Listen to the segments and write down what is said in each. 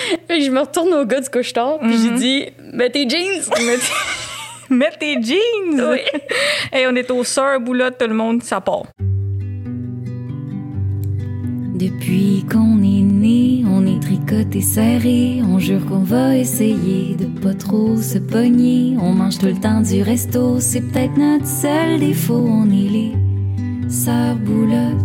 Fait que je me retourne au gars du couche-tard, puis j'ai dit « Mets tes jeans! » Mets tes jeans! Oui. Hey, on est aux Sœurs Boulotte, tout le monde, ça part. Depuis qu'on est né, on est tricoté serré. On jure qu'on va essayer de pas trop se pogner. On mange tout le temps du resto, c'est peut-être notre seul défaut. On est les Sœurs Boulotte.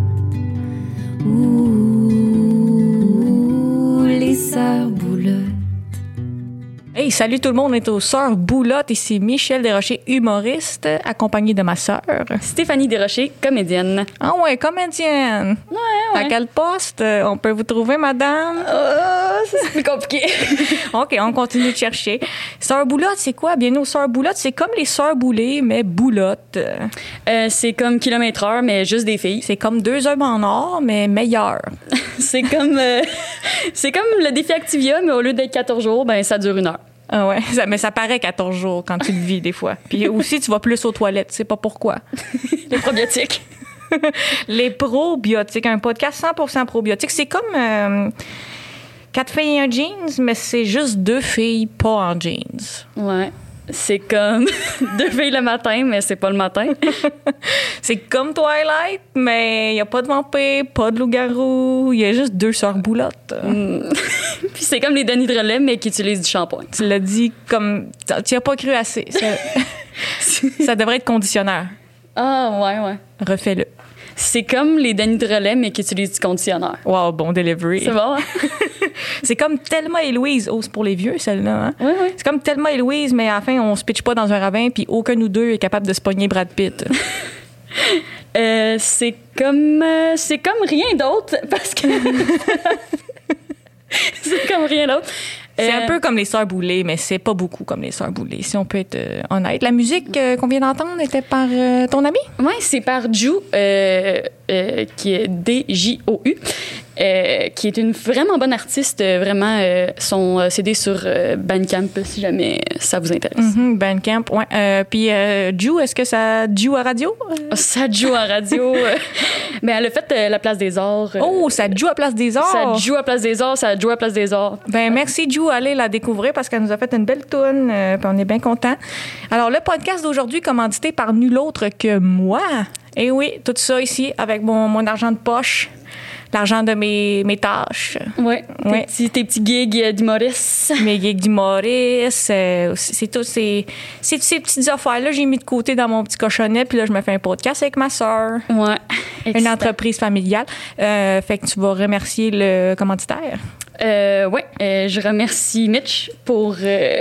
Ouh, les Sœurs Boulotte. Hey, salut tout le monde, on est aux Sœurs Boulotte. Ici Michel Desrochers, humoriste, accompagnée de ma sœur. Stéphanie Desrochers, comédienne. Ah ouais, comédienne. Ouais. À quel poste on peut vous trouver, madame? C'est plus compliqué. OK, on continue de chercher. Sœurs Boulotte, c'est quoi? Bien, nos Sœurs Boulotte, c'est comme les Sœurs Boulay, mais Boulotte. C'est comme kilomètre-heure, mais juste des filles. C'est comme 2 hommes en or, mais meilleur. C'est comme le défi Activia, mais au lieu d'être 14 jours, ben ça dure 1 heure. Ah ouais, mais ça paraît 14 jours quand tu le vis des fois. Puis aussi, tu vas plus aux toilettes, tu sais pas pourquoi. Les probiotiques. Les probiotiques, un podcast 100% probiotiques. C'est comme 4 filles et un jeans, mais c'est juste 2 filles pas en jeans. Ouais. C'est comme 2 filles le matin, mais c'est pas le matin. C'est comme Twilight, mais il n'y a pas de vampire, pas de loup-garou. Il y a juste 2 Sœurs Boulotte. Puis c'est comme les Denis de relais, mais qui utilisent du shampoing. Tu l'as dit comme... Tu n'y as pas cru assez. Ça devrait être conditionneur. Ah, ouais. Refais-le. C'est comme les Denis de relais, mais qui utilisent du conditionneur. Wow, bon delivery. C'est bon, hein? C'est comme Thelma et Louise. Oh, c'est pour les vieux, celle-là. Hein? Oui. C'est comme Thelma et Louise, mais à la fin, on se pitche pas dans un ravin, puis aucun de nous deux est capable de se pogner Brad Pitt. C'est comme rien d'autre, parce que... C'est comme rien d'autre. C'est un peu comme les Sœurs Boulay, mais c'est pas beaucoup comme les Sœurs Boulay, si on peut être honnête. La musique qu'on vient d'entendre était par ton ami? Oui, c'est par Jou, qui est D-J-O-U, qui est une vraiment bonne artiste. Vraiment, son CD sur Bandcamp, si jamais ça vous intéresse. Bandcamp, ouais. Puis Jou, est-ce que ça joue à radio? Ça joue à radio. Mais elle a fait la Place des Arts. Oh, ça joue à Place des Arts! Ça joue à Place des Arts, ça joue à Place des Arts. Ben merci, Jou. Allez la découvrir parce qu'elle nous a fait une belle toune. Puis on est bien contents. Alors, le podcast d'aujourd'hui, commandité par nul autre que moi. Et oui, tout ça ici avec mon argent de poche. L'argent de mes tâches. Oui, ouais. Tes petits gigs d'humoriste. Mes gigs d'humoriste. C'est tout ces petites affaires-là, j'ai mis de côté dans mon petit cochonnet, puis là, je me fais un podcast avec ma sœur. Ouais. Une entreprise familiale. Fait que tu vas remercier le commanditaire. Oui, je remercie Mitch pour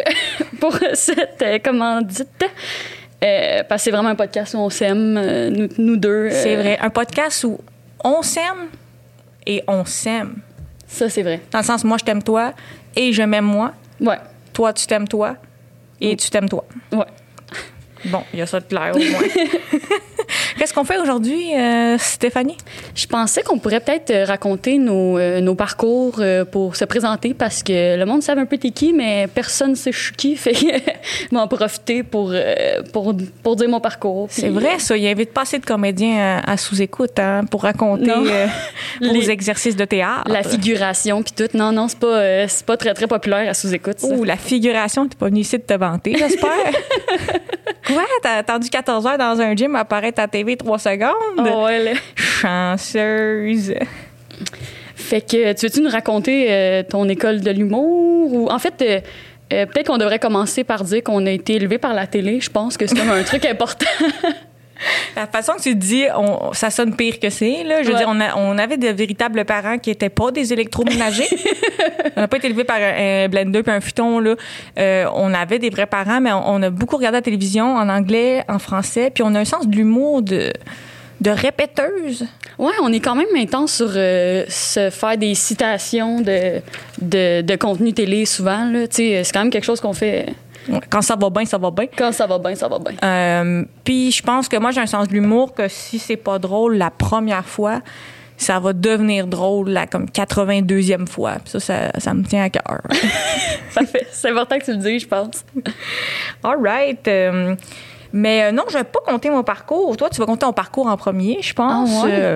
cette commandite. Parce que c'est vraiment un podcast où on s'aime, nous deux. C'est vrai. Un podcast où on s'aime et on s'aime. Ça, c'est vrai. Dans le sens, moi, je t'aime toi et je m'aime moi. Ouais. Toi, tu t'aimes toi et tu t'aimes toi. Ouais. Bon, il y a ça de clair au moins. Qu'est-ce qu'on fait aujourd'hui, Stéphanie? Je pensais qu'on pourrait peut-être raconter nos parcours pour se présenter parce que le monde sait un peu t'es qui, mais personne ne sait je suis qui. Fait que je vais en profiter pour dire mon parcours. C'est vrai, ça. Il invite pas assez de comédiens à sous-écoute pour raconter vos exercices de théâtre. La figuration puis tout. Non, c'est pas très, très populaire à sous-écoute, ça. Oh, la figuration, t'es pas venu ici de te vanter, j'espère. Quoi? T'as attendu 14 heures dans un gym apparaître à TV 3 secondes? Oh, ouais, là. Chanceuse. Fait que, tu veux-tu nous raconter ton école de l'humour? Ou, en fait, peut-être qu'on devrait commencer par dire qu'on a été élevé par la télé. Je pense que c'est comme un truc important. La façon que tu te dis, ça sonne pire que c'est. Là. Je veux dire, on avait de véritables parents qui n'étaient pas des électroménagers. On n'a pas été élevés par un blender puis un futon. Là. On avait des vrais parents, mais on a beaucoup regardé la télévision en anglais, en français. Puis on a un sens de l'humour de répéteuse. Ouais, on est quand même intense sur se faire des citations de contenu télé souvent. Là. C'est quand même quelque chose qu'on fait... Quand ça va bien, ça va bien. Quand ça va bien, ça va bien. Puis je pense que moi, j'ai un sens de l'humour que si c'est pas drôle la première fois, ça va devenir drôle la comme 82e fois. Puis ça me tient à cœur. Parfait. C'est important que tu le dises, je pense. All right. Mais non, je vais pas compter mon parcours. Toi, tu vas compter ton parcours en premier, je pense. Ah ouais? Ouais.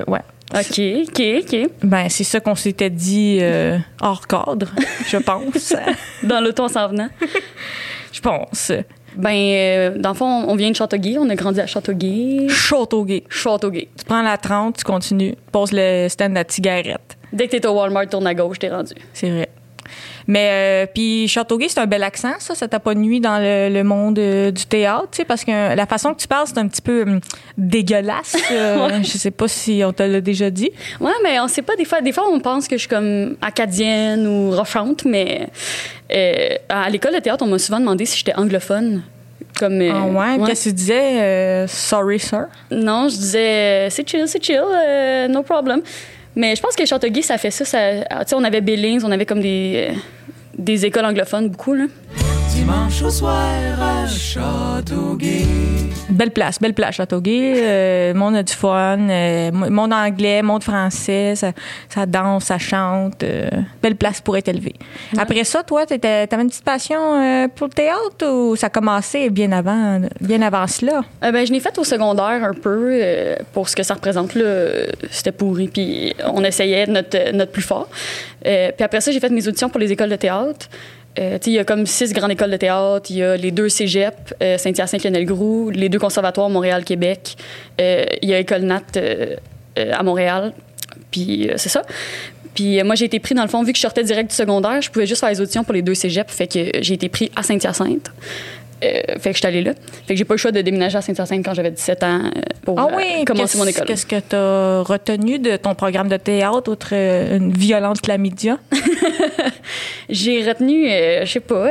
OK. Ben, c'est ça qu'on s'était dit hors cadre, je pense. Dans l'auto en s'en venant. Je pense. Dans le fond, on vient de Châteauguay. On a grandi à Châteauguay. Châteauguay. Tu prends la 30, tu continues, tu poses le stand à cigarette. Dès que t'es au Walmart, tourne à gauche, t'es rendu. C'est vrai. Mais puis Châteauguay, c'est un bel accent, ça t'a pas nuit dans le monde du théâtre, tu sais, parce que la façon que tu parles, c'est un petit peu dégueulasse. Ouais. Je sais pas si on te l'a déjà dit. Ouais, mais on sait pas, des fois, on pense que je suis comme acadienne ou rochante, mais à l'école de théâtre, on m'a souvent demandé si j'étais anglophone. Comme, ouais. Qu'est-ce que tu disais? Sorry, sir? Non, je disais c'est chill, no problem. Mais je pense que Châteauguay, ça fait ça. Tu sais, on avait Billings, on avait comme des écoles anglophones, beaucoup, là. Dimanche au soir à Châteauguay. Belle place, Châteauguay. Monde a du fun. Monde anglais, monde français. Ça danse, ça chante. Belle place pour être élevé. Ouais. Après ça, toi, t'avais une petite passion pour le théâtre ou ça a commencé bien avant cela? Je l'ai fait au secondaire un peu pour ce que ça représente. Là, c'était pourri, puis on essayait notre plus fort. Puis après ça, j'ai fait mes auditions pour les écoles de théâtre. Il y a comme 6 grandes écoles de théâtre. Il y a les 2 cégep, Saint-Hyacinthe, Lionel-Groux, les 2 conservatoires, Montréal-Québec. Il y a École Nat à Montréal. Puis c'est ça. Puis moi, j'ai été pris, dans le fond, vu que je sortais direct du secondaire, je pouvais juste faire les auditions pour les 2 cégep. Fait que j'ai été pris à Saint-Hyacinthe. Fait que je suis allée là. Fait que j'ai pas le choix de déménager à Saint-Hyacinthe quand j'avais 17 ans pour commencer mon école. Qu'est-ce que tu as retenu de ton programme de théâtre, outre une violente chlamydia? J'ai retenu, je sais pas,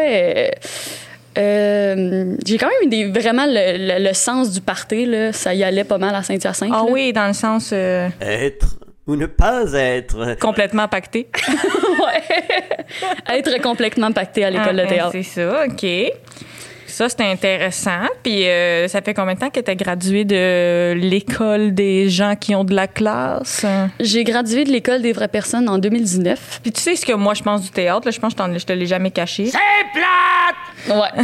j'ai quand même eu vraiment le sens du party, là. Ça y allait pas mal à Saint-Hyacinthe. Ah là. Oui, dans le sens... Être ou ne pas être. Complètement pacté. Ouais. Être complètement pacté à l'école de théâtre. C'est ça, OK. Ça, c'était intéressant. Puis, ça fait combien de temps que tu as gradué de l'école des gens qui ont de la classe? J'ai gradué de l'école des vraies personnes en 2019. Puis, tu sais ce que moi, je pense du théâtre? Là, je pense que je te l'ai jamais caché. C'est plate! Ouais.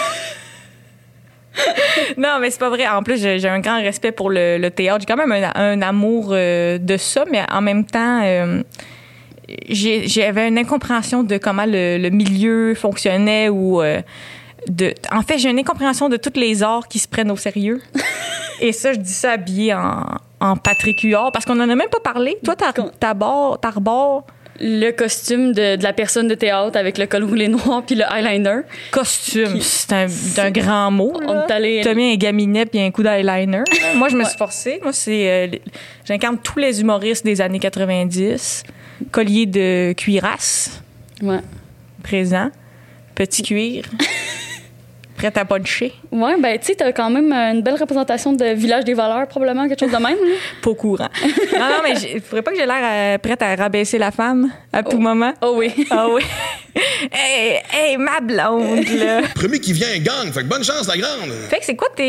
Non, mais c'est pas vrai. En plus, j'ai un grand respect pour le théâtre. J'ai quand même un amour de ça, mais en même temps... j'avais une incompréhension de comment le milieu fonctionnait ou... en fait, j'ai une incompréhension de tous les arts qui se prennent au sérieux. Et ça, je dis ça habillé en Patrick Huard, parce qu'on en a même pas parlé. Toi, t'arbores le costume de la personne de théâtre avec le col roulé noir puis le eyeliner. Costume, c'est un grand mot. T'as mis un gaminet puis un coup d'eyeliner. Moi, je me suis forcée. Moi, j'incarne tous les humoristes des années 90. Collier de cuirasse. Ouais. Présent. Petit cuir. Prête à puncher. Ouais, tu sais, t'as quand même une belle représentation de Village des voleurs, probablement, quelque chose de même. Là. Pas au courant. Non, mais il faudrait pas que j'ai l'air prête à rabaisser la femme à tout moment. Oh oui. Ah oui. Hey, ma blonde, là. Premier qui vient gang, fait que bonne chance, la grande. Fait que c'est quoi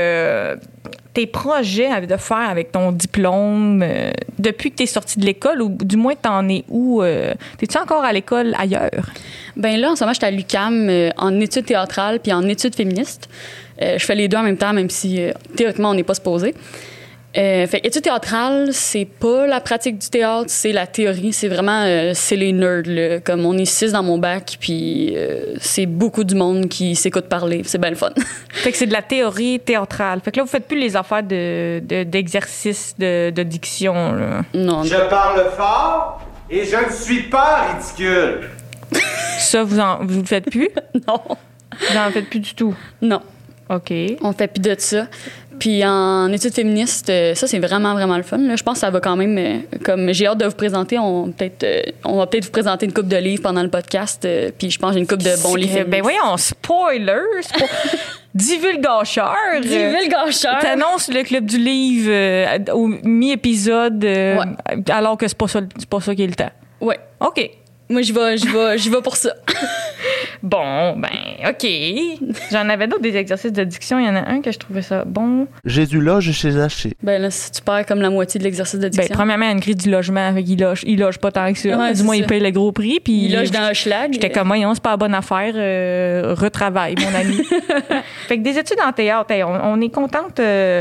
tes projets de faire avec ton diplôme depuis que t'es sortie de l'école, ou du moins t'en es où? T'es-tu encore à l'école ailleurs? Là, en ce moment, j'étais à l'UQAM en études théâtrales puis en études féministes. Je fais les deux en même temps, même si théoriquement, on n'est pas supposé. Fait études théâtrales, c'est pas la pratique du théâtre, c'est la théorie. C'est vraiment, c'est les nerds, là. Comme on est 6 dans mon bac, puis c'est beaucoup du monde qui s'écoute parler. C'est bien le fun. Fait que c'est de la théorie théâtrale. Fait que là, vous faites plus les affaires d'exercice de diction, là. Non. Je parle fort et je ne suis pas ridicule. Ça, vous le faites plus? Non. Vous en faites plus du tout? Non. OK. On fait plus de ça. Puis en études féministes, ça, c'est vraiment, vraiment le fun. Là. Je pense que ça va quand même... comme j'ai hâte de vous présenter, on va peut-être vous présenter une couple de livres pendant le podcast. Puis je pense que j'ai une couple de bons livres féministes. Ben voyons, spoiler! Divulgacheur! Divulgacheur! T'annonces le Club du livre au mi-épisode, alors que c'est pas ça qui est le temps. Ouais. OK. Moi, j'y vais pour ça. Bon, OK. J'en avais d'autres, des exercices de diction. Il y en a un que je trouvais ça bon. Jésus loge chez Zachée. Là, si tu perds comme la moitié de l'exercice de diction. Premièrement, il y a une grille du logement. Il loge pas tant que ça. Ouais, du moins, il paye le gros prix. Puis il loge dans un schlag. J'étais comme, c'est pas la bonne affaire. Retravaille, mon ami. Fait que des études en théâtre, on est contente.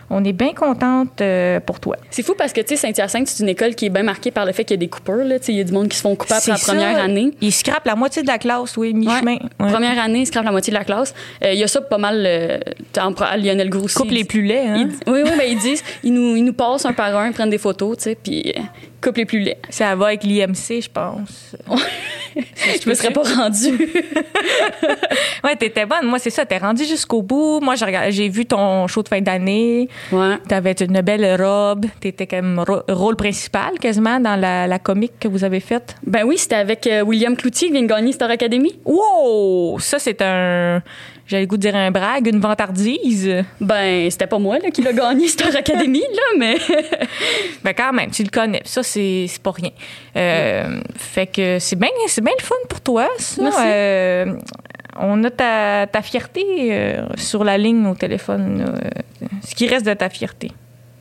On est bien contente pour toi. C'est fou parce que, tu sais, Saint-Hyacinthe, c'est une école qui est bien marquée par le fait qu'il y a des coupures, là. Tu sais, il y a du monde qui se font couper après la première année. Ils scrapent la moitié de la classe, oui, mi-chemin. Ouais. Première année, ils scrapent la moitié de la classe. Il y a ça pas mal à Lionel Groux aussi. Coupe les plus laids, hein? Oui, ben ils disent, ils nous passent un par un, ils prennent des photos, tu sais, puis coupe les plus laids. Ça va avec l'IMC, je pense. Je me serais pas rendue. Ouais, t'étais bonne. Moi, c'est ça, t'es rendue jusqu'au bout. Moi, j'ai vu ton show de fin d'année. Ouais. T'avais une belle robe. T'étais comme rôle principal, quasiment, dans la comique que vous avez faite. Ben oui, c'était avec William Cloutier qui vient de gagner Star Academy. Wow! Ça, c'est j'avais le goût de dire un brag, une vantardise. Ben, c'était pas moi là, qui l'a gagné Star Academy, là, mais... Ben quand même, tu le connais. Ça, c'est pas rien. Fait que c'est bien le fun pour toi, ça. Merci. On a ta fierté sur la ligne au téléphone. Ce qui reste de ta fierté.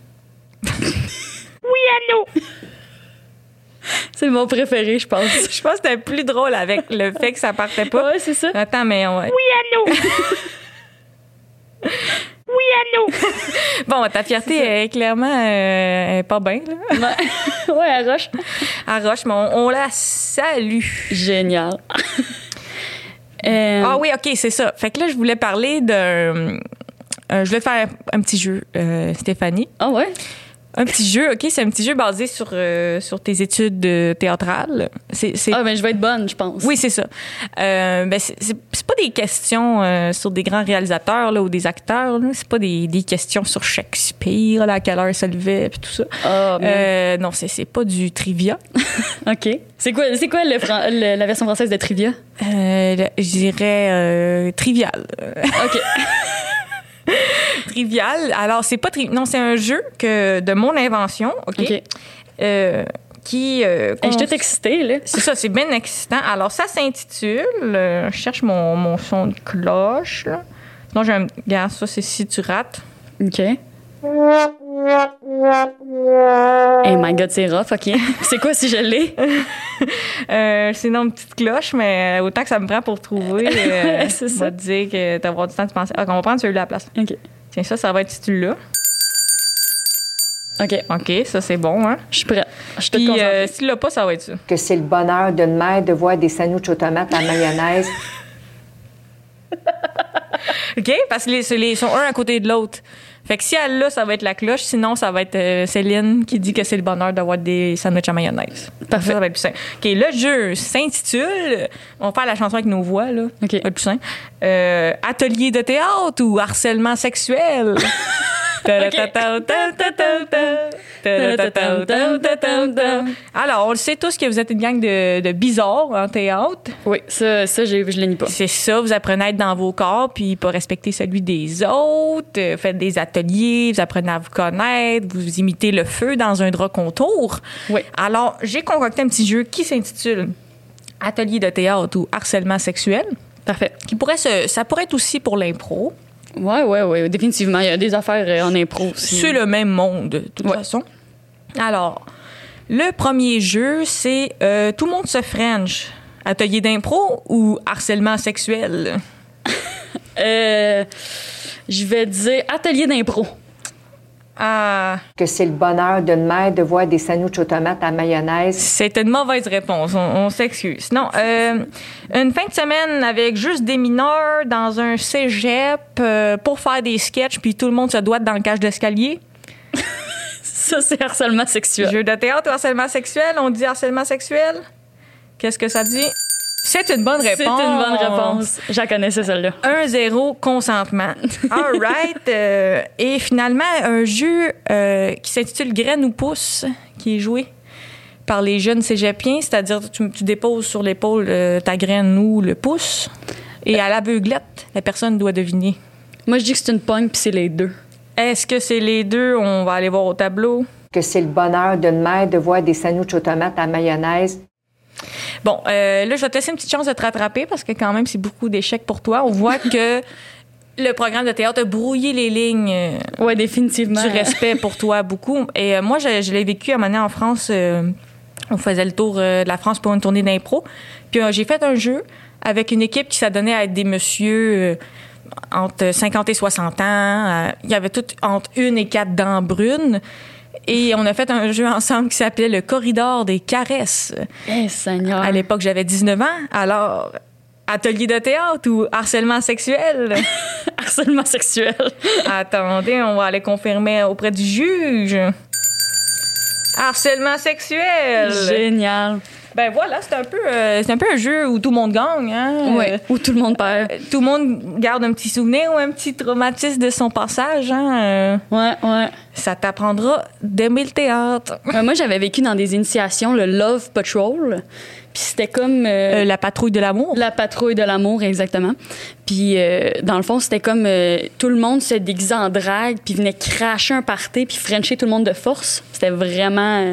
Oui, allô? C'est mon préféré, je pense. Je pense que c'était plus drôle avec le fait que ça partait pas. Ouais, c'est ça. Attends, mais ouais. Oui, allô? Oui, allô? Bon, ta fierté est clairement est pas bien, là. Ouais, à Roche. À Roche, mais on la salue. Génial. Ah oui, OK, c'est ça. Fait que là, je voulais parler je voulais te faire un petit jeu, Stéphanie. Ah ouais? Un petit jeu, OK, c'est un petit jeu basé sur tes études théâtrales. Ah, ben je vais être bonne, je pense. Oui, c'est ça. C'est pas des questions sur des grands réalisateurs là, ou des acteurs. Là. C'est pas des questions sur Shakespeare, là, à quelle heure ça levait, puis tout ça. Non, c'est pas du trivia. OK. C'est quoi la version française de trivia? Je dirais trivial. OK. Trivial. Alors, c'est pas non, c'est un jeu de mon invention, OK? Qui... je suis toute excitée, là. C'est ça, c'est bien excitant. Alors, ça s'intitule... je cherche mon son de cloche, là. Sinon, regarde, ça, c'est si tu rates. OK. Hey my God, c'est rough, OK. C'est quoi si je l'ai? C'est une petite cloche, mais autant que ça me prend pour trouver, c'est ça. On va te dire que t'as avoir du temps de penser. OK, on va prendre celui-là à la place. OK. Tiens, ça va être celui-là. OK, ça, c'est bon, hein? Je suis prête. Je suis toute Puis, concentrée. si tu l'as pas, ça va être ça. Que c'est le bonheur d'une mère de voir des sandwichs aux tomates à mayonnaise. OK? Parce que ils sont un à côté de l'autre. Fait que si elle l'a, ça va être la cloche. Sinon, ça va être Céline qui dit que c'est le bonheur d'avoir des sandwichs à mayonnaise. Parfait. Ça va être plus simple. OK, le jeu s'intitule... On va faire la chanson avec nos voix, là. OK. Ça va être plus simple. Atelier de théâtre ou harcèlement sexuel? Alors, on le sait tous que vous êtes une gang de bizarres en théâtre. Oui, ça je le nie pas. C'est ça, vous apprenez à être dans vos corps puis pas respecter celui des autres. Faites des ateliers, vous apprenez à vous connaître, vous imitez le feu dans un drap contour. Oui. Alors, j'ai concocté un petit jeu qui s'intitule Atelier de théâtre ou harcèlement sexuel. Parfait. Ça pourrait être aussi pour l'impro. Ouais, définitivement. Il y a des affaires en impro aussi. C'est le même monde, de toute façon. Alors, le premier jeu, c'est Tout le monde se French. Atelier d'impro ou harcèlement sexuel? Je vais dire atelier d'impro. Que c'est le bonheur d'une mère de voir des sandwichs aux tomates à mayonnaise. C'est une mauvaise réponse. On s'excuse. Non, une fin de semaine avec juste des mineurs dans un cégep pour faire des sketchs, puis tout le monde se doit dans le cage d'escalier. Ça, c'est harcèlement sexuel. Jeu de théâtre ou harcèlement sexuel? On dit harcèlement sexuel? Qu'est-ce que ça dit? C'est une bonne réponse. C'est une bonne réponse. Je la connaissais, celle-là. 1-0, consentement. All right. Et finalement, un jeu qui s'intitule Graine ou pouce, qui est joué par les jeunes cégepiens, c'est-à-dire tu déposes sur l'épaule ta graine ou le pouce, et à l'aveuglette, la personne doit deviner. Moi, je dis que c'est une pogne, puis c'est les deux. Est-ce que c'est les deux? On va aller voir au tableau. Que c'est le bonheur d'une mère de voir des sandwichs aux tomates à mayonnaise. Bon, là, je vais te laisser une petite chance de te rattraper parce que quand même, c'est beaucoup d'échecs pour toi. On voit que le programme de théâtre a brouillé les lignes. Oui, définitivement. Du respect pour toi, beaucoup. Et moi, je l'ai vécu à un moment donné en France. On faisait le tour de la France pour une tournée d'impro. Puis j'ai fait un jeu avec une équipe qui s'adonnait à être des messieurs entre 50 et 60 ans. Il y avait tout entre 1 et 4 dents brunes. Et on a fait un jeu ensemble qui s'appelait le Corridor des caresses. Eh, Seigneur! À l'époque, j'avais 19 ans. Alors, atelier de théâtre ou harcèlement sexuel? Harcèlement sexuel. Attendez, on va aller confirmer auprès du juge. Harcèlement sexuel. Génial. Ben voilà, c'est un peu un jeu où tout le monde gagne, hein? Oui, où tout le monde perd. Tout le monde garde un petit souvenir ou un petit traumatisme de son passage, hein? Ouais. Ça t'apprendra d'aimer le théâtre. Moi, j'avais vécu dans des initiations le Love Patrol. Puis c'était comme... la patrouille de l'amour. La patrouille de l'amour, exactement. Puis dans le fond, c'était comme tout le monde se déguisait en drague, puis venait cracher un party, puis frencher tout le monde de force. C'était vraiment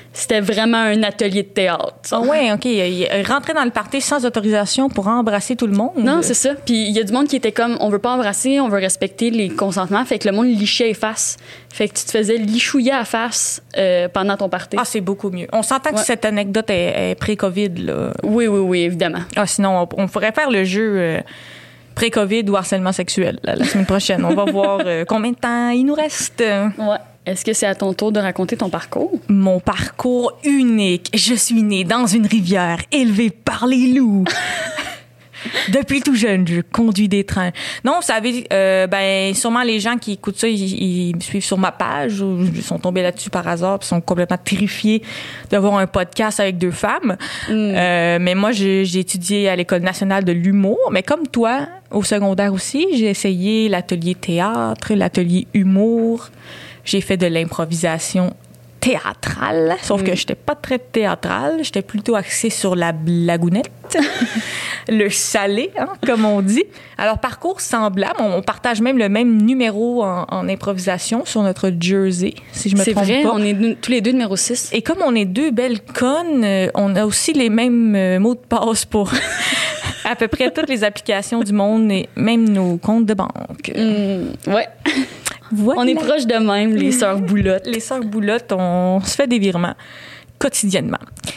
un atelier de théâtre. Ah ouais, OK. Il rentrait dans le party sans autorisation pour embrasser tout le monde. Non, c'est ça. Puis il y a du monde qui était comme, on veut pas embrasser, on veut respecter les consentements. Fait que le monde lichait les faces. Fait que tu te faisais lichouiller à la face pendant ton party. Ah, c'est beaucoup mieux. On s'entend que cette anecdote est pré-COVID, là. Oui, évidemment. Ah, sinon, on pourrait faire le jeu pré-COVID ou harcèlement sexuel la semaine prochaine. On va voir combien de temps il nous reste. Ouais. Est-ce que c'est à ton tour de raconter ton parcours? Mon parcours unique. Je suis née dans une rivière élevée par les loups. Depuis tout jeune, je conduis des trains. Non, vous savez, sûrement les gens qui écoutent ça, ils me suivent sur ma page ou ils sont tombés là-dessus par hasard puis sont complètement terrifiés d'avoir un podcast avec 2 femmes. Mais moi, j'ai étudié à l'École nationale de l'humour. Mais comme toi, au secondaire aussi, j'ai essayé l'atelier théâtre, l'atelier humour. J'ai fait de l'improvisation théâtrale, sauf que j'étais pas très théâtrale, j'étais plutôt axée sur la blagounette, le salé, hein, comme on dit. Alors, parcours semblable, on partage même le même numéro en improvisation sur notre jersey, si je me trompe pas. C'est vrai, on est tous les 2 numéro 6. Et comme on est 2 belles connes, on a aussi les mêmes mots de passe pour à peu près toutes les applications du monde et même nos comptes de banque. Ouais. Voilà. On est proches de même, les sœurs Boulotte. Les sœurs Boulotte, on se fait des virements quotidiennement.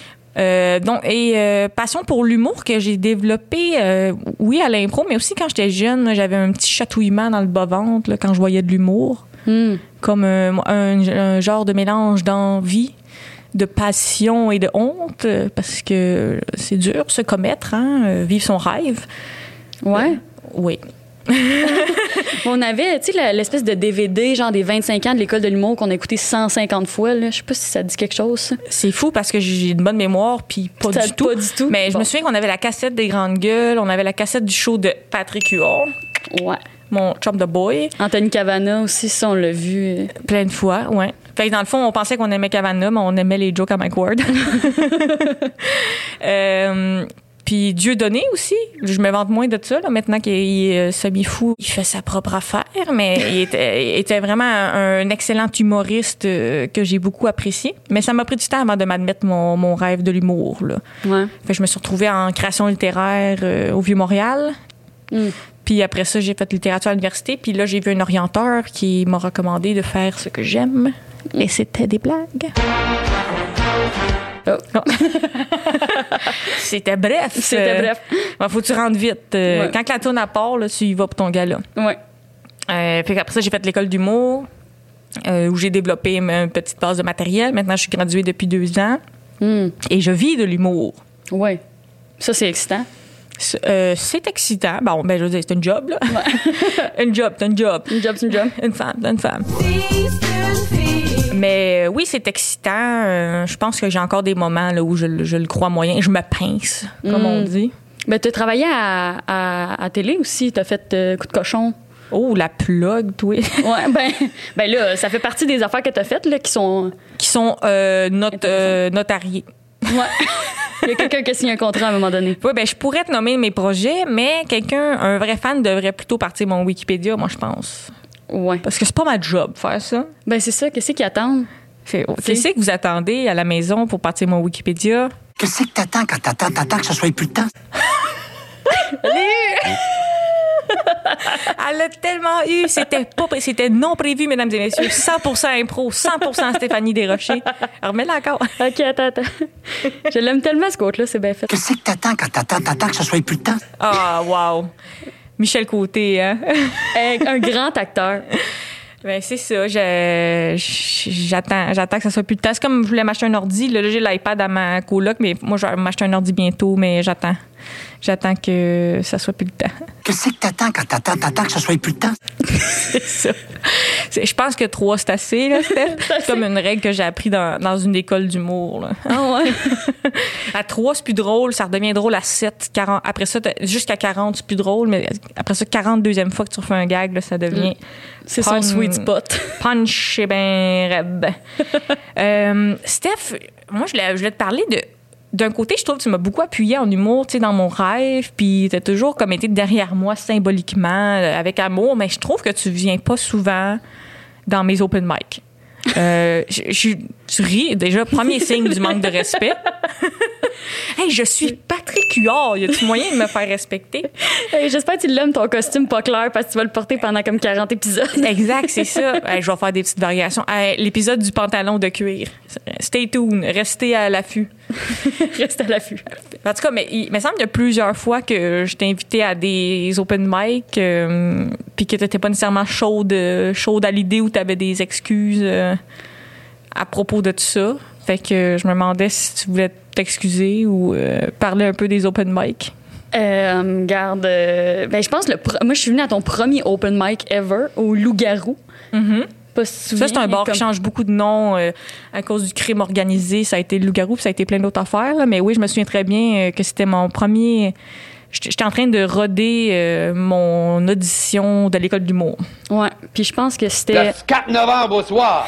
Passion pour l'humour que j'ai développé, oui, à l'impro, mais aussi quand j'étais jeune, j'avais un petit chatouillement dans le bas-ventre là, quand je voyais de l'humour. Comme un genre de mélange d'envie, de passion et de honte, parce que c'est dur se commettre, hein, vivre son rêve. Ouais. Oui. On avait, tu sais, l'espèce de DVD, genre des 25 ans de l'École de l'humour qu'on a écouté 150 fois. Là. Je sais pas si ça dit quelque chose. Ça. C'est fou parce que j'ai une bonne mémoire, puis pas du tout. Mais je me souviens qu'on avait la cassette des Grandes Gueules, on avait la cassette du show de Patrick Huard. Ouais. Mon chum de boy. Anthony Cavana aussi, ça, on l'a vu. Plein de fois, ouais. Fait que dans le fond, on pensait qu'on aimait Cavana, mais on aimait les jokes à Mike Ward. Puis Dieudonné aussi, je me vante moins de ça là, maintenant qu'il est semi-fou. Il fait sa propre affaire, mais il était vraiment un excellent humoriste que j'ai beaucoup apprécié. Mais ça m'a pris du temps avant de m'admettre mon rêve de l'humour. Là. Ouais. Fait que je me suis retrouvée en création littéraire au Vieux-Montréal. Puis après ça, j'ai fait littérature à l'université. Puis là, j'ai vu un orienteur qui m'a recommandé de faire ce que j'aime. Et c'était des blagues. Oh. C'était bref. Faut que tu rentres vite. Ouais. Quand la tourne à part, là, tu y vas pour ton gala. Ouais. Puis après ça, j'ai fait l'école d'humour où j'ai développé une petite base de matériel. Maintenant, je suis graduée depuis 2 ans. Et je vis de l'humour. Ouais. Ça, c'est excitant. C'est excitant. Bon, je veux dire, c'est un job, là. Ouais. Une job. Une femme. Mais oui, c'est excitant. Je pense que j'ai encore des moments là, où je le crois moyen. Je me pince, comme on dit. Ben, tu as travaillé à télé aussi. Tu as fait Coup de cochon. Oh, la plug, toi. Ouais, ben là, ça fait partie des affaires que tu as faites là, qui sont notariées. Ouais. Il y a quelqu'un qui a signé un contrat à un moment donné. Oui, je pourrais te nommer mes projets, mais un vrai fan devrait plutôt partir mon Wikipédia, moi, je pense. Ouais. Parce que c'est pas ma job, faire ça. Ben, c'est ça. Qu'est-ce qu'ils attendent? Qu'est-ce que vous attendez à la maison pour partir mon Wikipédia? Qu'est-ce que t'attends quand t'attends que ça soit plus de temps? Elle l'a tellement eu. C'était non prévu, mesdames et messieurs. 100% impro, 100% Stéphanie Desrochers. Alors, remets-la encore. OK, attends. Je l'aime tellement, ce quote-là. C'est bien fait. Qu'est-ce que t'attends quand t'attends que ça soit plus de temps? Ah, wow. Michel Côté, hein? Un grand acteur. Ben, c'est ça. J'attends que ça soit plus de temps. C'est comme je voulais m'acheter un ordi. Là, j'ai l'iPad à ma coloc, mais moi, je vais m'acheter un ordi bientôt, mais j'attends. J'attends que ça soit plus de temps. Qu'est-ce que t'attends quand t'attends que ça soit plus de temps? C'est ça. Je pense que 3, c'est assez, là, Steph. C'est comme une règle que j'ai appris dans une école d'humour, là. Ah ouais? À 3, c'est plus drôle. Ça redevient drôle à 7, 40. Après ça, jusqu'à 40, c'est plus drôle. Mais après ça, 42e fois que tu refais un gag, là, ça devient... C'est son sweet spot. Punch et ben raide. Steph, moi, je voulais te parler de... D'un côté, je trouve que tu m'as beaucoup appuyé en humour, tu sais, dans mon rêve, puis t'as toujours comme été derrière moi symboliquement, avec amour, mais je trouve que tu viens pas souvent dans mes open mic. Tu ris, déjà, premier signe du manque de respect. Hey, je suis Patrick Huard. Y a-tu moyen de me faire respecter? Hey, j'espère que tu l'aimes, ton costume pas clair, parce que tu vas le porter pendant comme 40 épisodes. Exact, c'est ça. Hey, je vais faire des petites variations. Hey, l'épisode du pantalon de cuir. Stay tuned. Restez à l'affût. Reste à l'affût. En tout cas, mais il me semble qu'il y a plusieurs fois que je t'ai invité à des open mic, puis que t'étais pas nécessairement chaude à l'idée ou t'avais des excuses à propos de tout ça. Fait que je me demandais si tu voulais t'excuser ou parler un peu des open mic. Regarde, ben je pense moi je suis venue à ton premier open mic ever au Loup-Garou. Mm-hmm. Pas si tu te souviens, ça, c'est un bar qui change beaucoup de nom à cause du crime organisé. Ça a été le Loup-Garou, puis ça a été plein d'autres affaires. Là. Mais oui, je me souviens très bien que c'était mon premier... J'étais en train de roder mon audition de l'école d'humour. Ouais, puis je pense que c'était... Le 4 novembre au soir!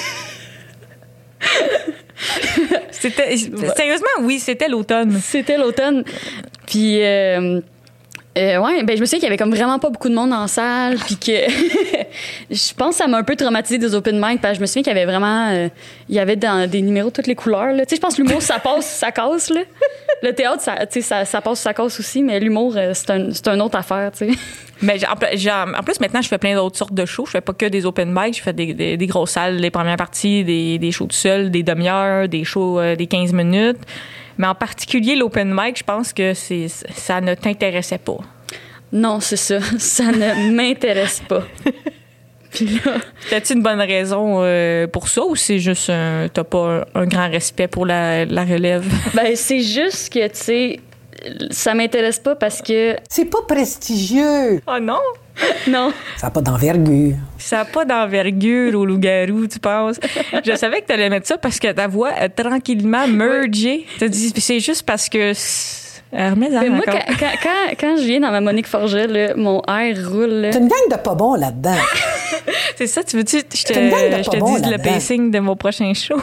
Sérieusement, oui, c'était l'automne. C'était l'automne. Puis... ouais, ben je me souviens qu'il y avait comme vraiment pas beaucoup de monde en salle, puis que je pense que ça m'a un peu traumatisé des open mic, parce que je me souviens qu'il y avait vraiment il y avait dans des numéros de toutes les couleurs là. Tu sais, je pense que l'humour ça passe, ça casse là. Le théâtre ça, tu sais, ça passe, ça casse aussi, mais l'humour c'est une autre affaire, tu sais. Mais en plus maintenant je fais plein d'autres sortes de shows, je fais pas que des open mic, je fais des grosses salles, les premières parties, des shows tout seul, des demi-heures, des shows des 15 minutes. Mais en particulier, l'open mic, je pense que ça ne t'intéressait pas. Non, c'est ça. Ça ne m'intéresse pas. Puis là... T'as-tu une bonne raison pour ça ou c'est juste t'as pas un grand respect pour la relève? Ben, c'est juste que, tu sais, ça m'intéresse pas parce que... C'est pas prestigieux. Oh non? Non. Ça n'a pas d'envergure. Ça n'a pas d'envergure au Loup-Garou, tu penses? Je savais que tu allais mettre ça parce que ta voix a tranquillement mergé. Tu dit, c'est juste parce que... Mais moi, quand je viens dans ma Monique Forget, là, mon air roule. T'as une gang de pas bons là-dedans. C'est ça, tu veux-tu je te dise le pacing de mon prochain show?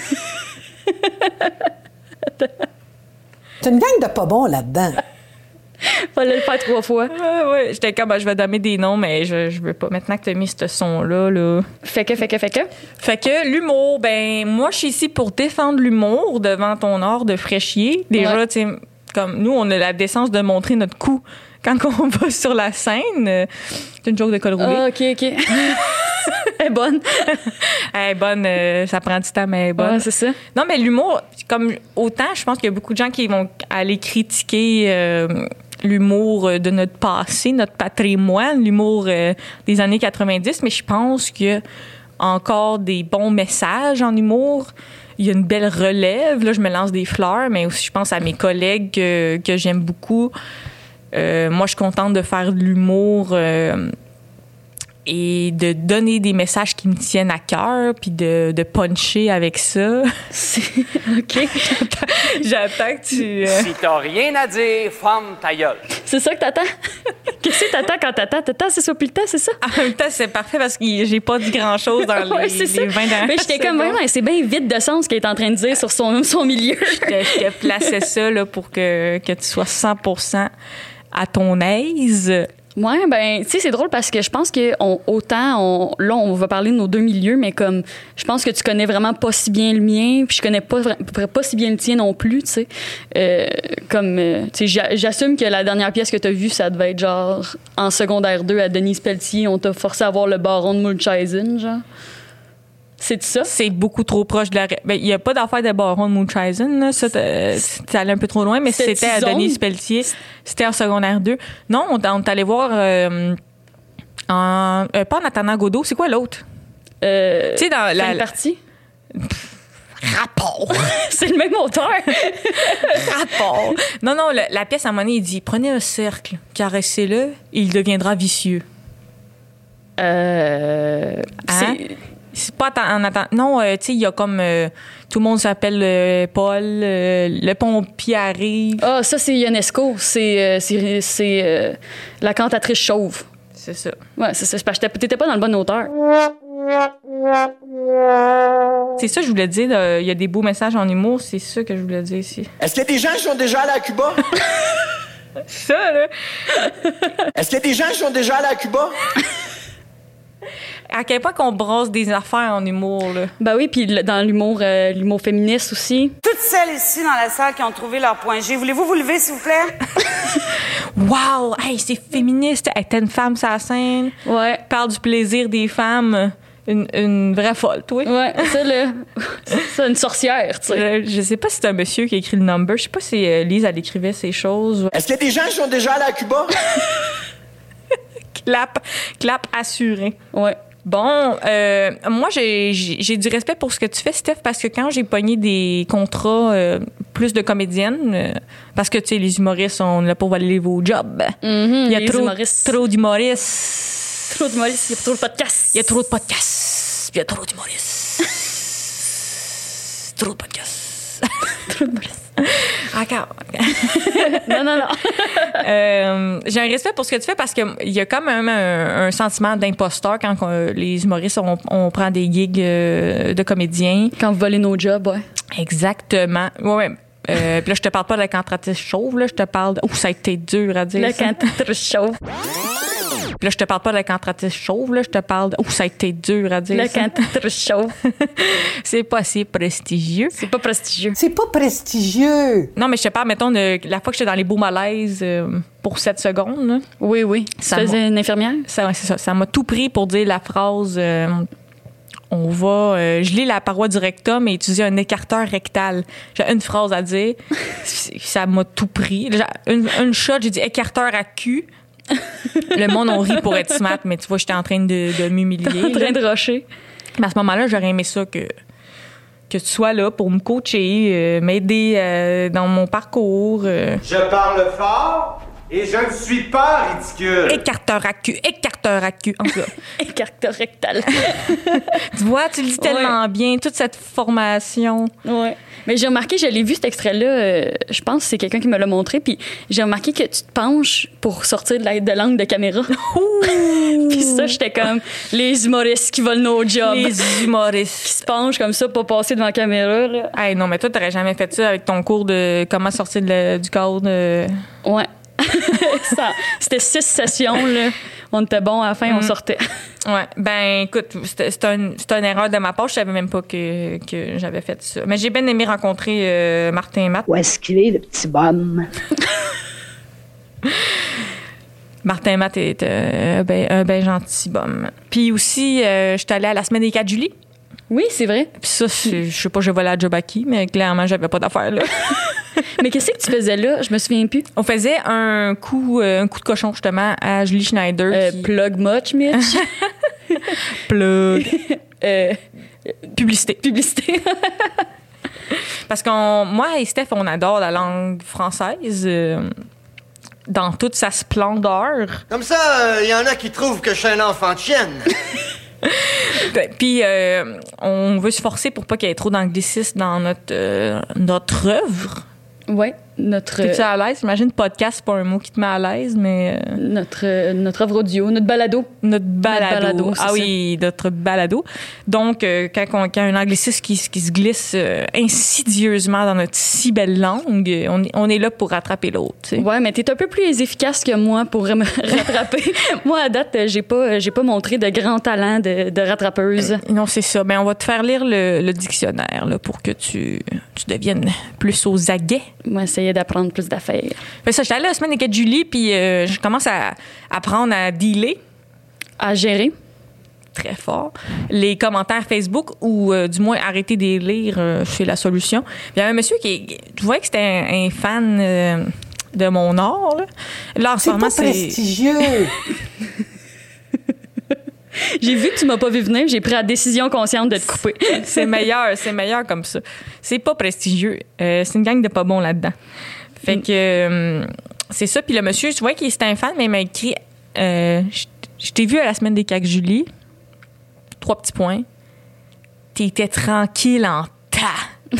T'as une gang de pas bons là-dedans. Fallait le faire 3 fois. Ouais. J'étais comme, je vais nommer des noms, mais je veux pas. Maintenant que t'as mis ce son-là, là. Fait que l'humour, ben, moi, je suis ici pour défendre l'humour devant ton art de fraîchier. Déjà, tu sais, comme nous, on a la décence de montrer notre cou quand on va sur la scène. C'est une joke de col roulé. Ah, OK. Elle est bonne. Elle est bonne, ça prend du temps, mais elle est bonne. Ouais, c'est ça. Non, mais l'humour, comme autant, je pense qu'il y a beaucoup de gens qui vont aller critiquer l'humour de notre passé, notre patrimoine, l'humour des années 90, mais je pense qu'il y a encore des bons messages en humour. Il y a une belle relève. Là, je me lance des fleurs, mais aussi je pense à mes collègues que j'aime beaucoup. Moi, je suis contente de faire de l'humour et de donner des messages qui me tiennent à cœur, puis de puncher avec ça. OK. J'attends que tu... Si t'as rien à dire, ferme ta gueule. C'est ça que t'attends? Qu'est-ce que t'attends quand t'attends? T'attends, c'est ça, puis le temps, c'est ça? En même temps, c'est parfait parce que j'ai pas dit grand-chose dans les 20 dernières. Mais j'étais comme vraiment, c'est bien vide de sens ce qu'il est en train de dire sur son milieu. Je te plaçais ça là, pour que tu sois 100% à ton aise. Ouais, ben, tu sais, c'est drôle parce que je pense que là, on va parler de nos 2 milieux, mais comme, je pense que tu connais vraiment pas si bien le mien, puis je connais pas si bien le tien non plus, tu sais. Tu sais, j'assume que la dernière pièce que t'as vue, ça devait être genre en secondaire 2 à Denise Pelletier, on t'a forcé à voir le baron de Munchausen, genre. C'est ça? C'est beaucoup trop proche de la... Il n'y a pas d'affaire de Baron de Munchausen, là. Ça, c'est allé un peu trop loin, mais c'était à Denise Pelletier. C'était en secondaire 2. Non, on est allé voir... pas en attendant Godot. C'est quoi l'autre? Tu sais, dans la partie? Rapport. C'est le même auteur. Rapport. Non, la pièce, à un moment donné, il dit, prenez un cercle, caressez-le, il deviendra vicieux. Hein? C'est pas en attendant. Non, tu sais, il y a comme... tout le monde s'appelle Paul, le pompier arrive. Ah, ça, c'est Ionesco. C'est la cantatrice chauve. C'est ça. Ouais, c'est parce que t'étais pas dans le bon auteur. C'est ça que je voulais dire. Il y a des beaux messages en humour. C'est ça que je voulais dire ici. Est-ce qu'il y a des gens qui sont déjà allés à Cuba? Ça, là. Est-ce qu'il y a des gens qui sont déjà allés à Cuba? À quel point qu'on brasse des affaires en humour, là. Ben oui, puis dans l'humour féministe aussi. Toutes celles ici dans la salle qui ont trouvé leur point G, voulez-vous vous lever, s'il vous plaît? Wow! Hey, c'est féministe. Hey, t'es une femme sur la scène. Ouais. Parle du plaisir des femmes. Une vraie folle, toi. Ouais, ça, là. C'est une sorcière, tu sais. Je sais pas si c'est un monsieur qui a écrit le number. Je sais pas si Lise, elle écrivait ces choses. Est-ce qu'il y a des gens qui sont déjà allés à Cuba? Clap assuré. Ouais. Bon, moi, j'ai du respect pour ce que tu fais, Steph, parce que quand j'ai pogné des contrats plus de comédiennes, parce que, tu sais, les humoristes, on est là pour valider vos jobs. Il y a trop d'humoristes. Trop d'humoristes. Il y a trop de podcasts. Il y a trop de podcasts. Il y a trop d'humoristes. Trop de podcasts. Trop d'humoristes. Encore. Non. J'ai un respect pour ce que tu fais parce qu'il y a quand même un sentiment d'imposteur quand les humoristes, on prend des gigs de comédiens. Quand vous volez nos jobs, ouais. Exactement. Ouais. Puis là, je te parle pas de la cantatrice chauve, là, je te parle de... ça a été dur à dire. La cantatrice chauve. Puis là, je te parle pas de la cantatrice chauve, là, je te parle de... ça a été dur à dire. La cantatrice chauve. C'est pas si prestigieux. C'est pas prestigieux. C'est pas prestigieux. Non, mais je te parle, mettons, de la fois que j'étais dans les beaux malaises pour 7 secondes. Là. Oui. Tu faisais une infirmière? C'est ça. Ça m'a tout pris pour dire la phrase... on va geler la paroi du rectum et utiliser un écarteur rectal. J'ai une phrase à dire. Ça m'a tout pris. Une shot, j'ai dit écarteur à cul. Le monde, on rit pour être smart, mais tu vois, j'étais en train de m'humilier. En train de rusher. Mais à ce moment-là, j'aurais aimé ça que tu sois là pour me coacher, m'aider dans mon parcours. Je parle fort et je ne suis pas ridicule. Écarteur à cul. En tout cas. Écarteur rectal. Tu vois, tu le dis tellement bien, toute cette formation. Ouais. Mais j'ai remarqué, je l'ai vu cet extrait-là, je pense que c'est quelqu'un qui me l'a montré, puis j'ai remarqué que tu te penches pour sortir de l'angle de caméra. Puis ça, j'étais comme les humoristes qui volent nos jobs. Les humoristes. Qui se penchent comme ça pour passer devant la caméra. Là. Hey, non, mais toi, t'aurais jamais fait ça avec ton cours de comment sortir du cadre. Ouais. C'était 6 sessions, là. On était bon, à la fin, on sortait. Ouais. Ben, écoute, c'est une erreur de ma part. Je savais même pas que j'avais fait ça. Mais j'ai bien aimé rencontrer Martin et Matt. Où est-ce qu'il est, le petit bum? Martin et Matt est un ben gentil bum. Puis aussi, je suis allée à la semaine des 4 juillet. Oui, c'est vrai. Puis ça, je sais pas, je volais à job à qui, mais clairement, j'avais pas d'affaires là. Mais qu'est-ce que tu faisais là? Je me souviens plus. On faisait un coup de cochon, justement, à Julie Schneider. Plug much, Mitch? Plug. Publicité. Parce moi et Steph, on adore la langue française dans toute sa splendeur. Comme ça, il y en a qui trouvent que je suis un enfant de chienne. Puis on veut se forcer pour pas qu'il y ait trop d'anglicisme dans notre œuvre. Ouais, T'es-tu à l'aise? J'imagine podcast, c'est pas un mot qui te met à l'aise, mais... Notre œuvre audio, notre balado. Notre balado, oui, notre balado. Donc, quand un anglicisme qui se glisse insidieusement dans notre si belle langue, on est là pour rattraper l'autre. T'sais. Ouais, mais t'es un peu plus efficace que moi pour me rattraper. Moi, à date, j'ai pas montré de grand talent de rattrapeuse. Non, c'est ça. Ben, on va te faire lire le dictionnaire là, pour que tu deviennes plus aux aguets. Moi, essayer d'apprendre plus d'affaires. Fait ça, j'étais allée la semaine des 4 juillet, puis je commence à apprendre à dealer. À gérer. très fort. Les commentaires Facebook, ou du moins arrêter de les lire, c'est la solution. Il y avait un monsieur je voyais que c'était un fan de mon art. Là en ce moment, c'est pas prestigieux. J'ai vu que tu m'as pas vu venir, j'ai pris la décision consciente de te couper. c'est meilleur comme ça. C'est pas prestigieux. C'est une gang de pas bons là-dedans. Fait que c'est ça. Puis le monsieur, je vois qu'il était un fan, mais il m'a écrit je t'ai vu à la semaine des CAQ Julie. 3 petits points. T'étais tranquille en tas.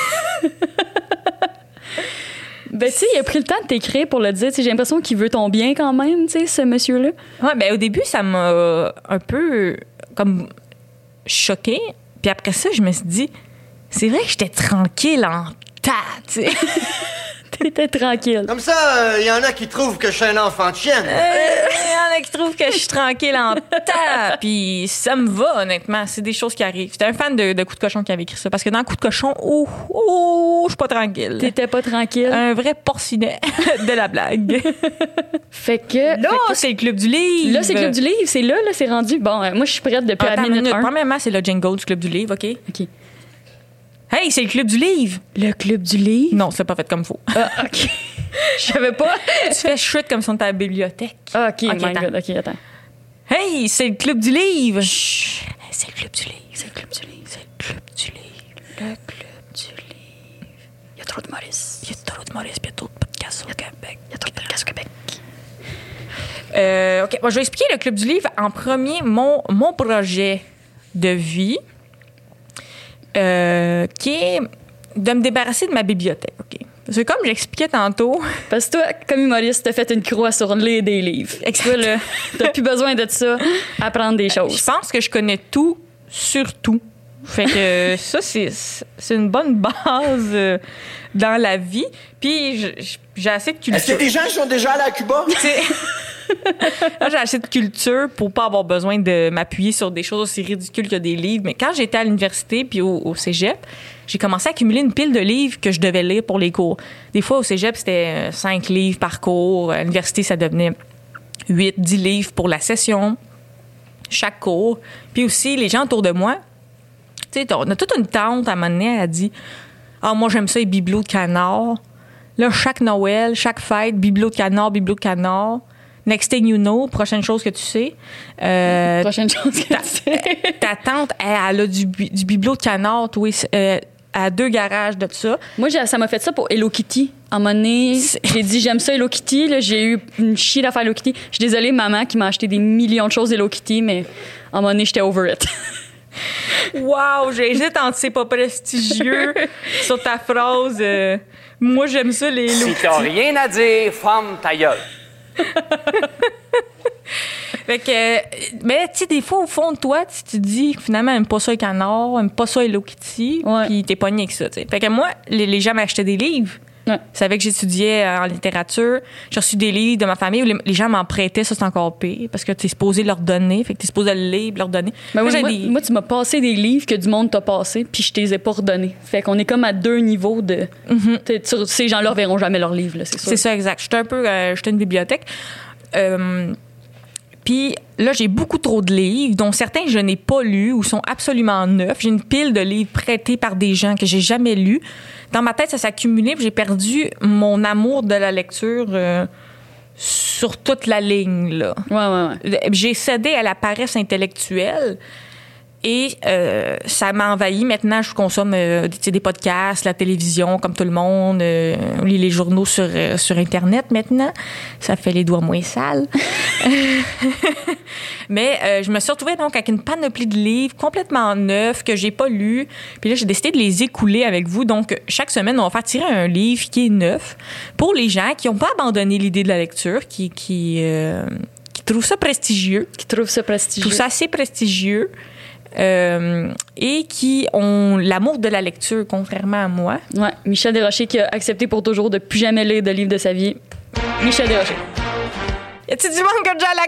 Ben, tu sais, il a pris le temps de t'écrire pour le dire. J'ai l'impression qu'il veut ton bien quand même, tu sais, ce monsieur-là. Ouais, ben, au début, ça m'a un peu comme choquée. Puis après ça, je me suis dit, c'est vrai que j'étais tranquille en tas, tu sais. T'étais tranquille. Comme ça, il y en a qui trouvent que je suis un enfant de chienne. Il y en a qui trouvent que je suis tranquille en tas. Puis ça me va, honnêtement. C'est des choses qui arrivent. C'était un fan de Coup de cochon qui avait écrit ça. Parce que dans Coup de cochon, je suis pas tranquille. T'étais pas tranquille. Un vrai porcinet de la blague. Fait que... Là, c'est le Club du Livre. Là, c'est le Club du Livre. C'est là, c'est rendu. Bon, moi, je suis prête depuis la minute 1. Premièrement, c'est le jingle du Club du Livre, OK? OK. Hey, c'est le Club du Livre! Le Club du Livre? Non, c'est pas fait comme faut. Ah, OK. Je savais pas. Tu fais chouette comme si on était à la bibliothèque. Ah, OK, my God. OK, attends. Hey, c'est le Club du Livre! Chut. C'est le Club du Livre. C'est le Club du Livre. C'est le Club du Livre. Le Club du Livre. Il y a trop de Maurice. Il y a trop de Maurice, puis il y a trop de podcasts au Québec. Il y a trop de podcasts au Québec. OK, bon, je vais expliquer le Club du Livre en premier, mon projet de vie. Qui est de me débarrasser de ma bibliothèque. OK. Parce que comme j'expliquais tantôt... Parce que toi, comme humoriste, t'as fait une croix sur lire des livres. Toi, là, t'as plus besoin de ça, apprendre des choses. Je pense que je connais tout sur tout. Fait que ça, c'est une bonne base dans la vie. Puis j'ai assez de culture. Est-ce qu'il y a des gens qui sont déjà allés à Cuba? Là, j'ai assez de culture pour pas avoir besoin de m'appuyer sur des choses aussi ridicules que des livres. Mais quand j'étais à l'université puis au cégep, j'ai commencé à accumuler une pile de livres que je devais lire pour les cours. Des fois, au cégep, c'était 5 livres par cours. À l'université, ça devenait 8, 10 livres pour la session, chaque cours. Puis aussi, les gens autour de moi, tu sais, on a toute une tante, à un moment donné, elle a dit « Ah, moi, j'aime ça, les bibelots de canard. » Là, chaque Noël, chaque fête, bibelot de canard, bibelot de canard. Next thing you know, prochaine chose que tu sais. Prochaine chose que tu sais. Ta tante, elle a du bibelot de canard, toi, à 2 garages de ça. Moi, ça m'a fait ça pour Hello Kitty. À un moment donné, j'ai dit, j'aime ça Hello Kitty. Là, j'ai eu une chier d'affaires Hello Kitty. Je suis désolée, maman, qui m'a acheté des millions de choses Hello Kitty, mais à un moment donné, j'étais over it. Wow, j'hésite entre c'est pas prestigieux sur ta phrase. Moi, j'aime ça, les Hello Kitty. Si t'as rien à dire, ferme ta gueule. Fait que, mais tu sais, des fois, au fond de toi, tu te dis, finalement, aime pas ça les canards, aime pas ça Hello Kitty, puis t'es pogné avec ça, tu sais. Fait que moi, les gens m'achetaient des livres. Ouais. Ils savaient que j'étudiais en littérature. J'ai reçu des livres de ma famille où les gens m'en prêtaient, ça c'est encore pire, parce que t'es supposé leur donner, fait que t'es supposé le lire, leur donner. Ben moi, tu m'as passé des livres que du monde t'a passé, puis je te les ai pas redonnés. Fait qu'on est comme à 2 niveaux de... Mm-hmm. Ces gens-là verront jamais leurs livres, là, c'est sûr. C'est ça, exact. J'étais une bibliothèque. Puis là, j'ai beaucoup trop de livres, dont certains je n'ai pas lus ou sont absolument neufs. J'ai une pile de livres prêtés par des gens que j'ai jamais lus. Dans ma tête, ça s'est accumulé, puis j'ai perdu mon amour de la lecture sur toute la ligne, là. Ouais. J'ai cédé à la paresse intellectuelle. Et ça m'a envahi. Maintenant, je consomme des podcasts, la télévision, comme tout le monde. On lit les journaux sur Internet maintenant. Ça fait les doigts moins sales. Mais je me suis retrouvée donc avec une panoplie de livres complètement neufs que j'ai pas lus. Puis là, j'ai décidé de les écouler avec vous. Donc, chaque semaine, on va faire tirer un livre qui est neuf pour les gens qui n'ont pas abandonné l'idée de la lecture, qui trouvent ça prestigieux. Trouvent ça assez prestigieux. Et qui ont l'amour de la lecture, contrairement à moi. Ouais, Michel Desrochers qui a accepté pour toujours de plus jamais lire de livre de sa vie. Michel Desrochers. Y a-t-il du monde qui a déjà allé à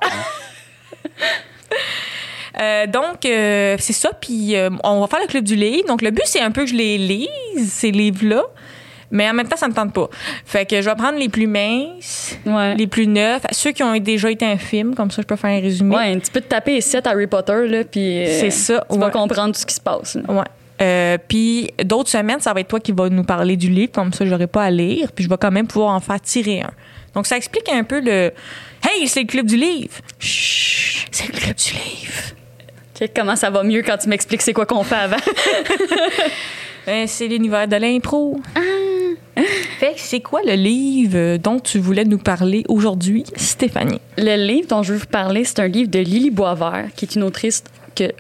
Cuba? Donc, c'est ça. Puis, on va faire le Club du Livre. Donc, le but, c'est un peu que je les lise, ces livres-là. Mais en même temps, ça me tente pas. Fait que je vais prendre les plus minces, les plus neufs, ceux qui ont déjà été un film, comme ça je peux faire un résumé. Ouais, tu peux te taper les 7 Harry Potter, là, puis c'est ça, tu vas comprendre tout ce qui se passe. Là. Ouais. Puis d'autres semaines, ça va être toi qui vas nous parler du livre, comme ça j'aurai pas à lire, puis je vais quand même pouvoir en faire tirer un. Donc ça explique un peu le « Hey, c'est le club du livre! » Chut, c'est le club du livre. Okay, comment ça va mieux quand tu m'expliques c'est quoi qu'on fait avant? C'est l'univers de l'impro. Fait que c'est quoi le livre dont tu voulais nous parler aujourd'hui, Stéphanie? Le livre dont je veux vous parler, c'est un livre de Lily Boisvert, qui est une autrice que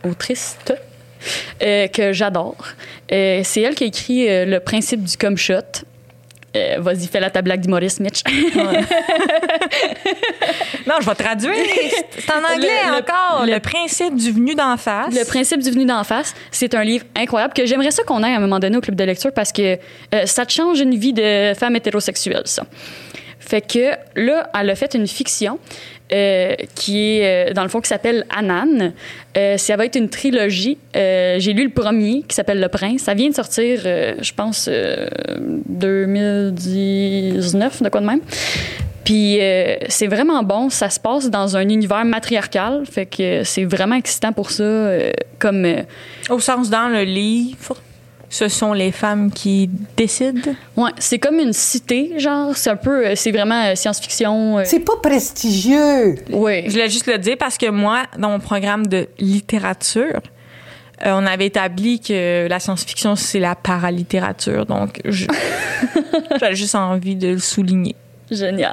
j'adore. C'est elle qui a écrit Le principe du cum shot. Vas-y, fais ta blague d'humoriste, Mitch. Ouais. Non, je vais traduire. C'est en anglais encore. Le principe du venu d'en face. Le principe du venu d'en face, c'est un livre incroyable que j'aimerais ça qu'on ait à un moment donné au club de lecture parce que ça te change une vie de femme hétérosexuelle, ça. Fait que là, elle a fait une fiction qui est, dans le fond, qui s'appelle Anan. Ça va être une trilogie. J'ai lu le premier, qui s'appelle Le Prince. Ça vient de sortir, je pense, 2019, de quoi de même. Puis c'est vraiment bon. Ça se passe dans un univers matriarcal. Fait que c'est vraiment excitant pour ça. Comme au sens, dans le livre, ce sont les femmes qui décident? Ouais, c'est comme une cité, genre. C'est un peu... c'est vraiment science-fiction. C'est pas prestigieux! Oui. Je voulais juste le dire parce que moi, dans mon programme de littérature, on avait établi que la science-fiction, c'est la paralittérature. Donc, j'avais juste envie de le souligner. Génial.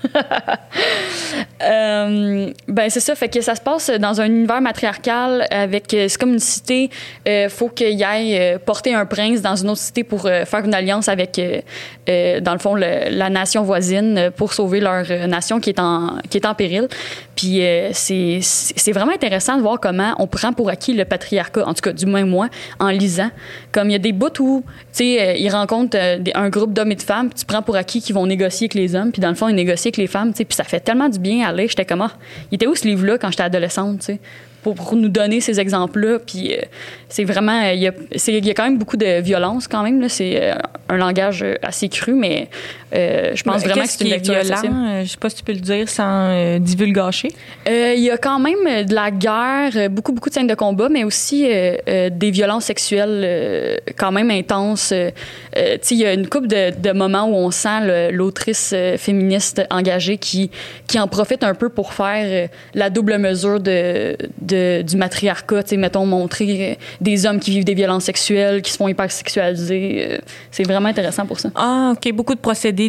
Ben c'est ça, fait que ça se passe dans un univers matriarcal avec, c'est comme une cité, faut qu'il aille porter un prince dans une autre cité pour faire une alliance avec, dans le fond, la nation voisine pour sauver leur nation qui est en péril. Puis c'est vraiment intéressant de voir comment on prend pour acquis le patriarcat, en tout cas du moins moi, en lisant. Comme il y a des bouts où, tu sais, ils rencontrent un groupe d'hommes et de femmes, puis tu prends pour acquis qu'ils vont négocier avec les hommes, puis dans le fond, ils négocient avec les femmes, tu sais, puis ça fait tellement du bien à lire. J'étais comme, il était où ce livre-là quand j'étais adolescente, tu sais, pour nous donner ces exemples-là. Puis c'est vraiment, il y a quand même beaucoup de violence quand même, là. C'est un langage assez cru, mais je pense vraiment que c'est une lecture accessible. Je sais pas si tu peux le dire sans divulgacher. Il y a quand même de la guerre, beaucoup de scènes de combat, mais aussi des violences sexuelles quand même intenses. Tu sais, il y a une couple de moments où on sent l'autrice féministe engagée qui en profite un peu pour faire la double mesure du matriarcat. Tu sais, mettons, montrer des hommes qui vivent des violences sexuelles, qui se font hypersexualiser. C'est vraiment intéressant pour ça. Ah, OK. Beaucoup de procédés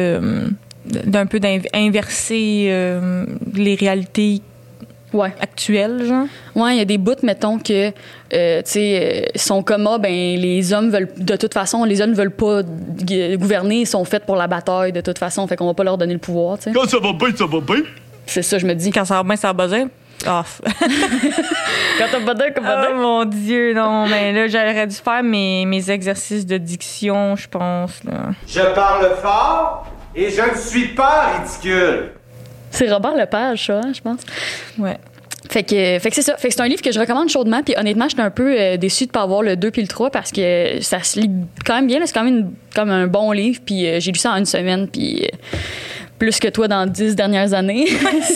d'un peu d'inverser les réalités actuelles, genre. Ouais, il y a des bouts, mettons, que, tu sais, sont comme, les hommes veulent, de toute façon, les hommes ne veulent pas gouverner, ils sont faits pour la bataille, de toute façon, fait qu'on va pas leur donner le pouvoir, tu sais. Quand ça va bien, ça va bien. C'est ça, je me dis. Quand ça va bien, ça va bien. Off. Quand t'as pas d'air, oh mon Dieu, non, mais là, j'aurais dû faire mes exercices de diction, je pense, là. Je parle fort et je ne suis pas ridicule. C'est Robert Lepage, ça, je pense. Ouais. Fait que c'est ça. Fait que c'est un livre que je recommande chaudement. Puis honnêtement, j'étais un peu déçue de pas avoir le 2 puis le 3 parce que ça se lit quand même bien. Là. C'est quand même comme un bon livre. Puis j'ai lu ça en une semaine. Puis plus que toi dans 10 dernières années.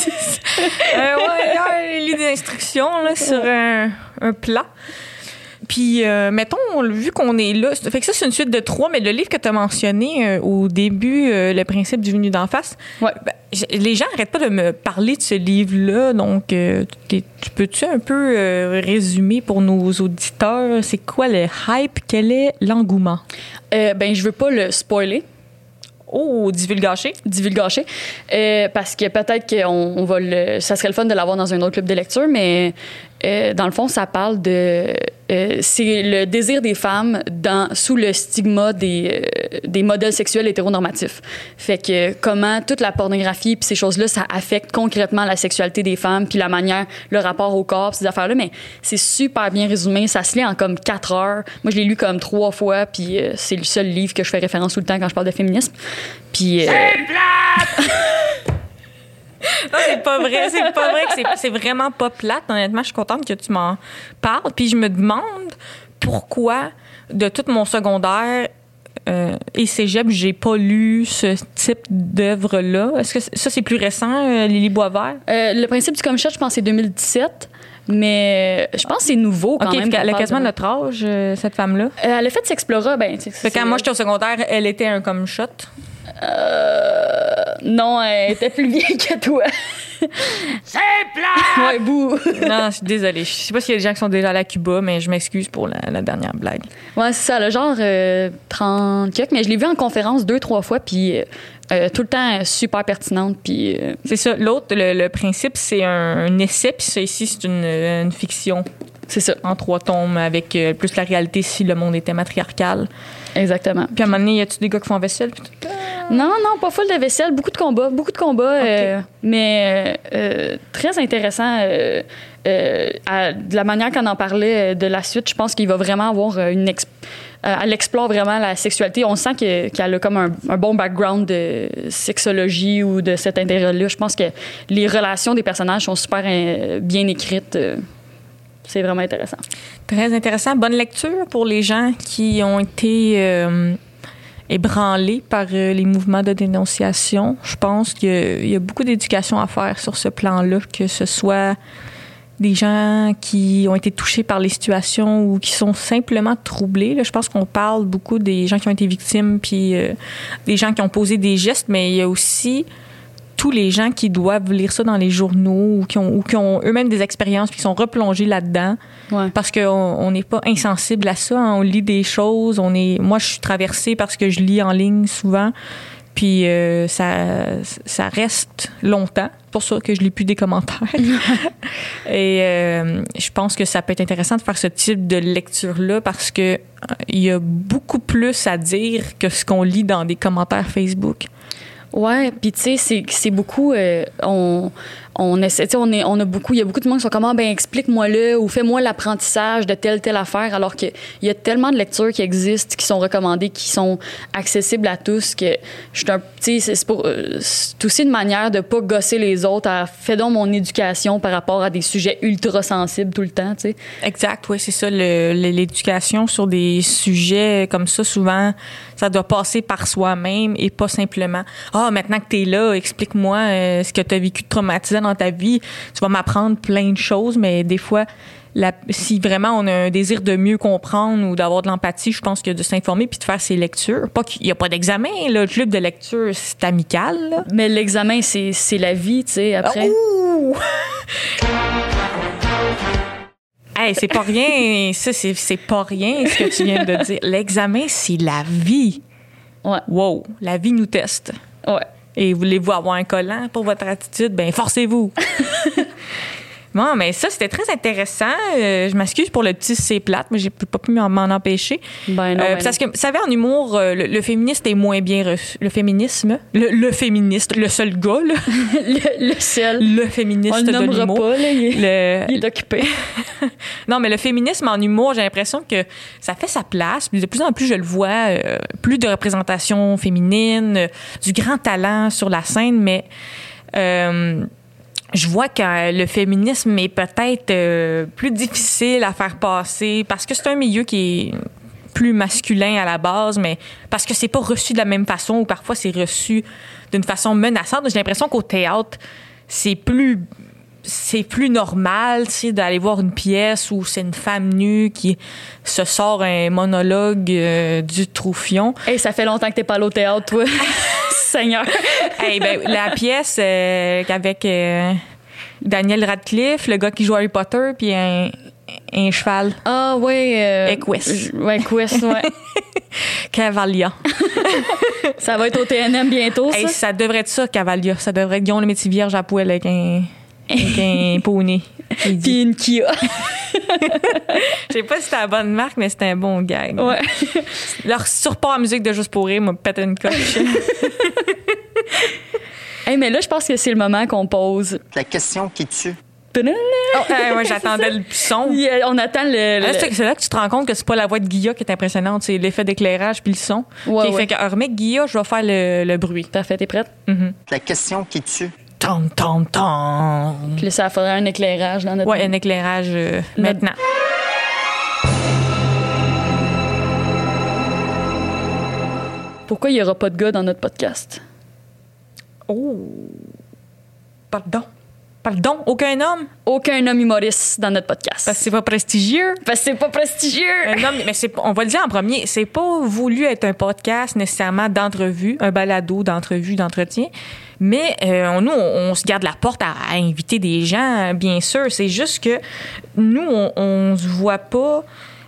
Ouais, lu des instructions là, sur un plat. Puis, mettons, vu qu'on est là, fait que ça, c'est une suite de 3, mais le livre que tu as mentionné au début, Le principe du venu d'en face, les gens n'arrêtent pas de me parler de ce livre-là, donc tu peux-tu un peu résumer pour nos auditeurs, c'est quoi le hype, quel est l'engouement? Je veux pas le spoiler. Oh, divulgacher, parce que peut-être qu'on va ça serait le fun de l'avoir dans un autre club de lecture, mais dans le fond, ça parle de... c'est le désir des femmes sous le stigma des modèles sexuels hétéronormatifs. Fait que comment toute la pornographie puis ces choses-là, ça affecte concrètement la sexualité des femmes puis la manière, le rapport au corps, ces affaires-là, mais c'est super bien résumé. Ça se lit en comme 4 heures. Moi, je l'ai lu comme 3 fois, puis c'est le seul livre que je fais référence tout le temps quand je parle de féminisme. Puis... C'est plate! Non, c'est pas vrai que c'est vraiment pas plate. Honnêtement, je suis contente que tu m'en parles. Puis je me demande pourquoi, de tout mon secondaire, et cégep, j'ai pas lu ce type d'œuvre-là. Est-ce que ça, c'est plus récent, Lily Boisvert? Le principe du coming shot, je pense que c'est 2017. Mais je pense que c'est nouveau quand même. Elle a quasiment notre âge, cette femme-là. Elle a fait S'Explora. Quand moi, j'étais au secondaire, elle était un coming shot. Non, elle était plus vieille que toi. C'est plat! Ouais, bouh! Non, je suis désolée. Je sais pas s'il y a des gens qui sont déjà allés à Cuba, mais je m'excuse pour la dernière blague. Ouais, c'est ça, le genre 30 quelques, mais je l'ai vu en conférence 2-3 fois, puis tout le temps super pertinente. Puis c'est ça. L'autre, le principe, c'est un essai, puis ça ici, c'est une fiction. C'est ça. En 3 tomes, avec plus la réalité si le monde était matriarcal. Exactement. Puis à un moment donné, y a-tu des gars qui font vaisselle? Puis tout? Non, pas full de vaisselle. Beaucoup de combats. Okay. Mais très intéressant. De la manière qu'on en parlait de la suite, je pense qu'il va vraiment avoir elle explore vraiment la sexualité. On sent qu'elle a comme un bon background de sexologie ou de cet intérêt-là. Je pense que les relations des personnages sont super bien écrites. C'est vraiment intéressant. Très intéressant. Bonne lecture pour les gens qui ont été ébranlés par les mouvements de dénonciation. Je pense qu'il y a beaucoup d'éducation à faire sur ce plan-là, que ce soit des gens qui ont été touchés par les situations ou qui sont simplement troublés. Là, je pense qu'on parle beaucoup des gens qui ont été victimes puis des gens qui ont posé des gestes, mais il y a aussi tous les gens qui doivent lire ça dans les journaux ou qui ont eux-mêmes des expériences puis qui sont replongés là-dedans. Ouais. Parce qu'on n'est pas insensible à ça. Hein. On lit des choses. Moi, je suis traversée parce que je lis en ligne souvent. Puis ça reste longtemps. C'est pour ça que je lis plus des commentaires. Et je pense que ça peut être intéressant de faire ce type de lecture-là parce que il y a beaucoup plus à dire que ce qu'on lit dans des commentaires Facebook. Ouais, puis tu sais, c'est beaucoup. On essaie, on a beaucoup. Il y a beaucoup de monde qui sont comme explique-moi-le ou fais-moi l'apprentissage de telle affaire, alors qu'il y a tellement de lectures qui existent, qui sont recommandées, qui sont accessibles à tous que je suis c'est aussi une manière de pas gosser les autres. Fais donc mon éducation par rapport à des sujets ultra sensibles tout le temps, tu sais. Exact, oui, c'est ça. L'éducation sur des sujets comme ça, souvent, ça doit passer par soi-même et pas simplement maintenant que t'es là, explique-moi ce que t'as vécu de traumatisant dans ta vie. Tu vas m'apprendre plein de choses, mais des fois, si vraiment on a un désir de mieux comprendre ou d'avoir de l'empathie, je pense que de s'informer puis de faire ses lectures. Pas qu'il n'y a pas d'examen, là. Le club de lecture, c'est amical, là. Mais l'examen, c'est la vie, tu sais, après. Hey, c'est pas rien. Ça, c'est pas rien, ce que tu viens de dire. L'examen, c'est la vie. Ouais. Wow. La vie nous teste. Ouais. Et voulez-vous avoir un collant pour votre attitude? Ben, forcez-vous. Bon, mais ça, c'était très intéressant. Je m'excuse pour le petit c'est plate, mais j'ai pas pu m'en empêcher. Parce que, vous savez, en humour, le féministe est moins bien reçu. Le féminisme, le féministe, le seul gars, là. le seul. Le féministe de l'humour. On le nommera pas, là. Il est occupé. Non, mais le féminisme en humour, j'ai l'impression que ça fait sa place. Puis de plus en plus, je le vois, plus de représentation féminine, du grand talent sur la scène, mais je vois que le féminisme est peut-être plus difficile à faire passer parce que c'est un milieu qui est plus masculin à la base, mais parce que c'est pas reçu de la même façon ou parfois c'est reçu d'une façon menaçante. J'ai l'impression qu'au théâtre, c'est plus normal, tu sais, d'aller voir une pièce où c'est une femme nue qui se sort un monologue du Troufion. Hey, ça fait longtemps que t'es pas allé au théâtre, toi. Seigneur. Hey, la pièce avec Daniel Radcliffe, le gars qui joue Harry Potter, puis un cheval. Ah, oui. Equus. Equus, ouais. Cavalia. Ça va être au TNM bientôt, ça? Hey, ça devrait être ça, Cavalia. Ça devrait être Guillaume le Métis Vierge à poil avec un poney. Puis une Kia. Je sais pas si c'était la bonne marque, mais c'était un bon gag. Ouais. Leur surport à musique de Juste pour rire m'a pété une coche. Hey, mais là, je pense que c'est le moment qu'on pose la question qui tue. Moi, j'attendais le son. On attend C'est là que tu te rends compte que c'est pas la voix de Guilla qui est impressionnante, c'est l'effet d'éclairage puis le son. Ouais, fait que, remets Guilla, je vais faire le bruit. Parfait, t'es prête? Mm-hmm. La question qui tue. Tom, tom, tom. Puis là, ça faudrait un éclairage dans notre... Ouais, un éclairage maintenant. Pourquoi il n'y aura pas de gars dans notre podcast? Oh! Pardon, aucun homme? Aucun homme humoriste dans notre podcast. Parce que c'est pas prestigieux. Non, mais on va le dire en premier, c'est pas voulu être un podcast nécessairement d'entrevue, un balado d'entrevue, d'entretien, mais nous, on se garde la porte à inviter des gens, bien sûr. C'est juste que nous, on se voit pas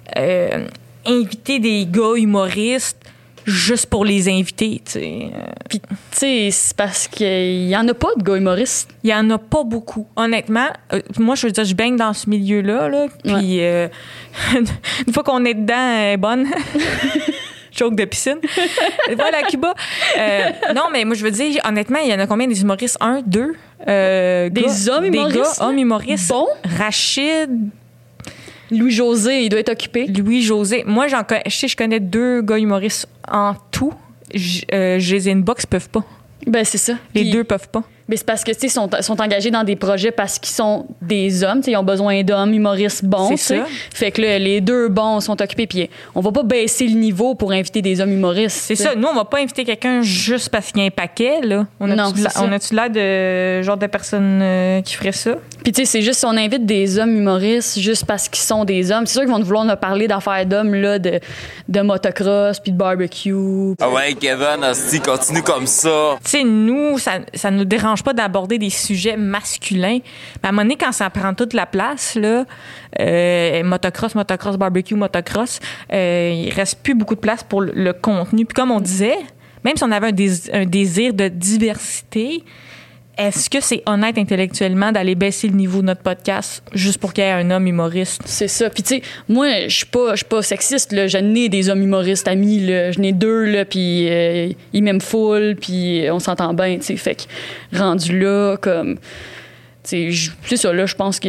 inviter des gars humoristes juste pour les inviter, tu sais. Puis, tu sais, c'est parce qu'il y en a pas de gars humoristes. Il y en a pas beaucoup. Honnêtement, moi, je veux dire, je baigne dans ce milieu-là, là, puis une fois qu'on est dedans, bonne. Choke de piscine. Voilà, Cuba. Non, mais moi, je veux dire, honnêtement, il y en a combien des humoristes? 1, 2? Des hommes humoristes? Des gars, hommes humoristes. Bon. Rachid... Louis-José, il doit être occupé. Louis-José. Moi, je connais 2 gars humoristes en tout. Je les inbox, peuvent pas. Ben, c'est ça. Les 2 peuvent pas. Mais c'est parce que, tu sais, sont engagés dans des projets parce qu'ils sont des hommes. Ils ont besoin d'hommes humoristes bons. C'est ça. Fait que là, les 2 bons sont occupés. Puis on va pas baisser le niveau pour inviter des hommes humoristes. C'est ça. Nous, on va pas inviter quelqu'un juste parce qu'il y a un paquet. Là. On a-tu l'air de genre de personne qui ferait ça? Puis tu sais, c'est juste si on invite des hommes humoristes juste parce qu'ils sont des hommes. C'est sûr qu'ils vont vouloir nous parler d'affaires d'hommes, là, de motocross puis de barbecue. Ah ouais, Kevin, hostie, continue comme ça. Tu sais, nous, ça nous dérange pas d'aborder des sujets masculins. Mais à un moment donné, quand ça prend toute la place, là, motocross, barbecue, motocross, il reste plus beaucoup de place pour le contenu. Puis comme on disait, même si on avait un désir de diversité, est-ce que c'est honnête intellectuellement d'aller baisser le niveau de notre podcast juste pour qu'il y ait un homme humoriste? C'est ça. Puis tu sais, moi, je suis pas sexiste, là. J'en ai des hommes humoristes amis, là. J'en ai 2, là, puis ils m'aiment full, puis on s'entend bien, tu sais. Fait que rendu là, comme... Tu sais, c'est ça, là, je pense que...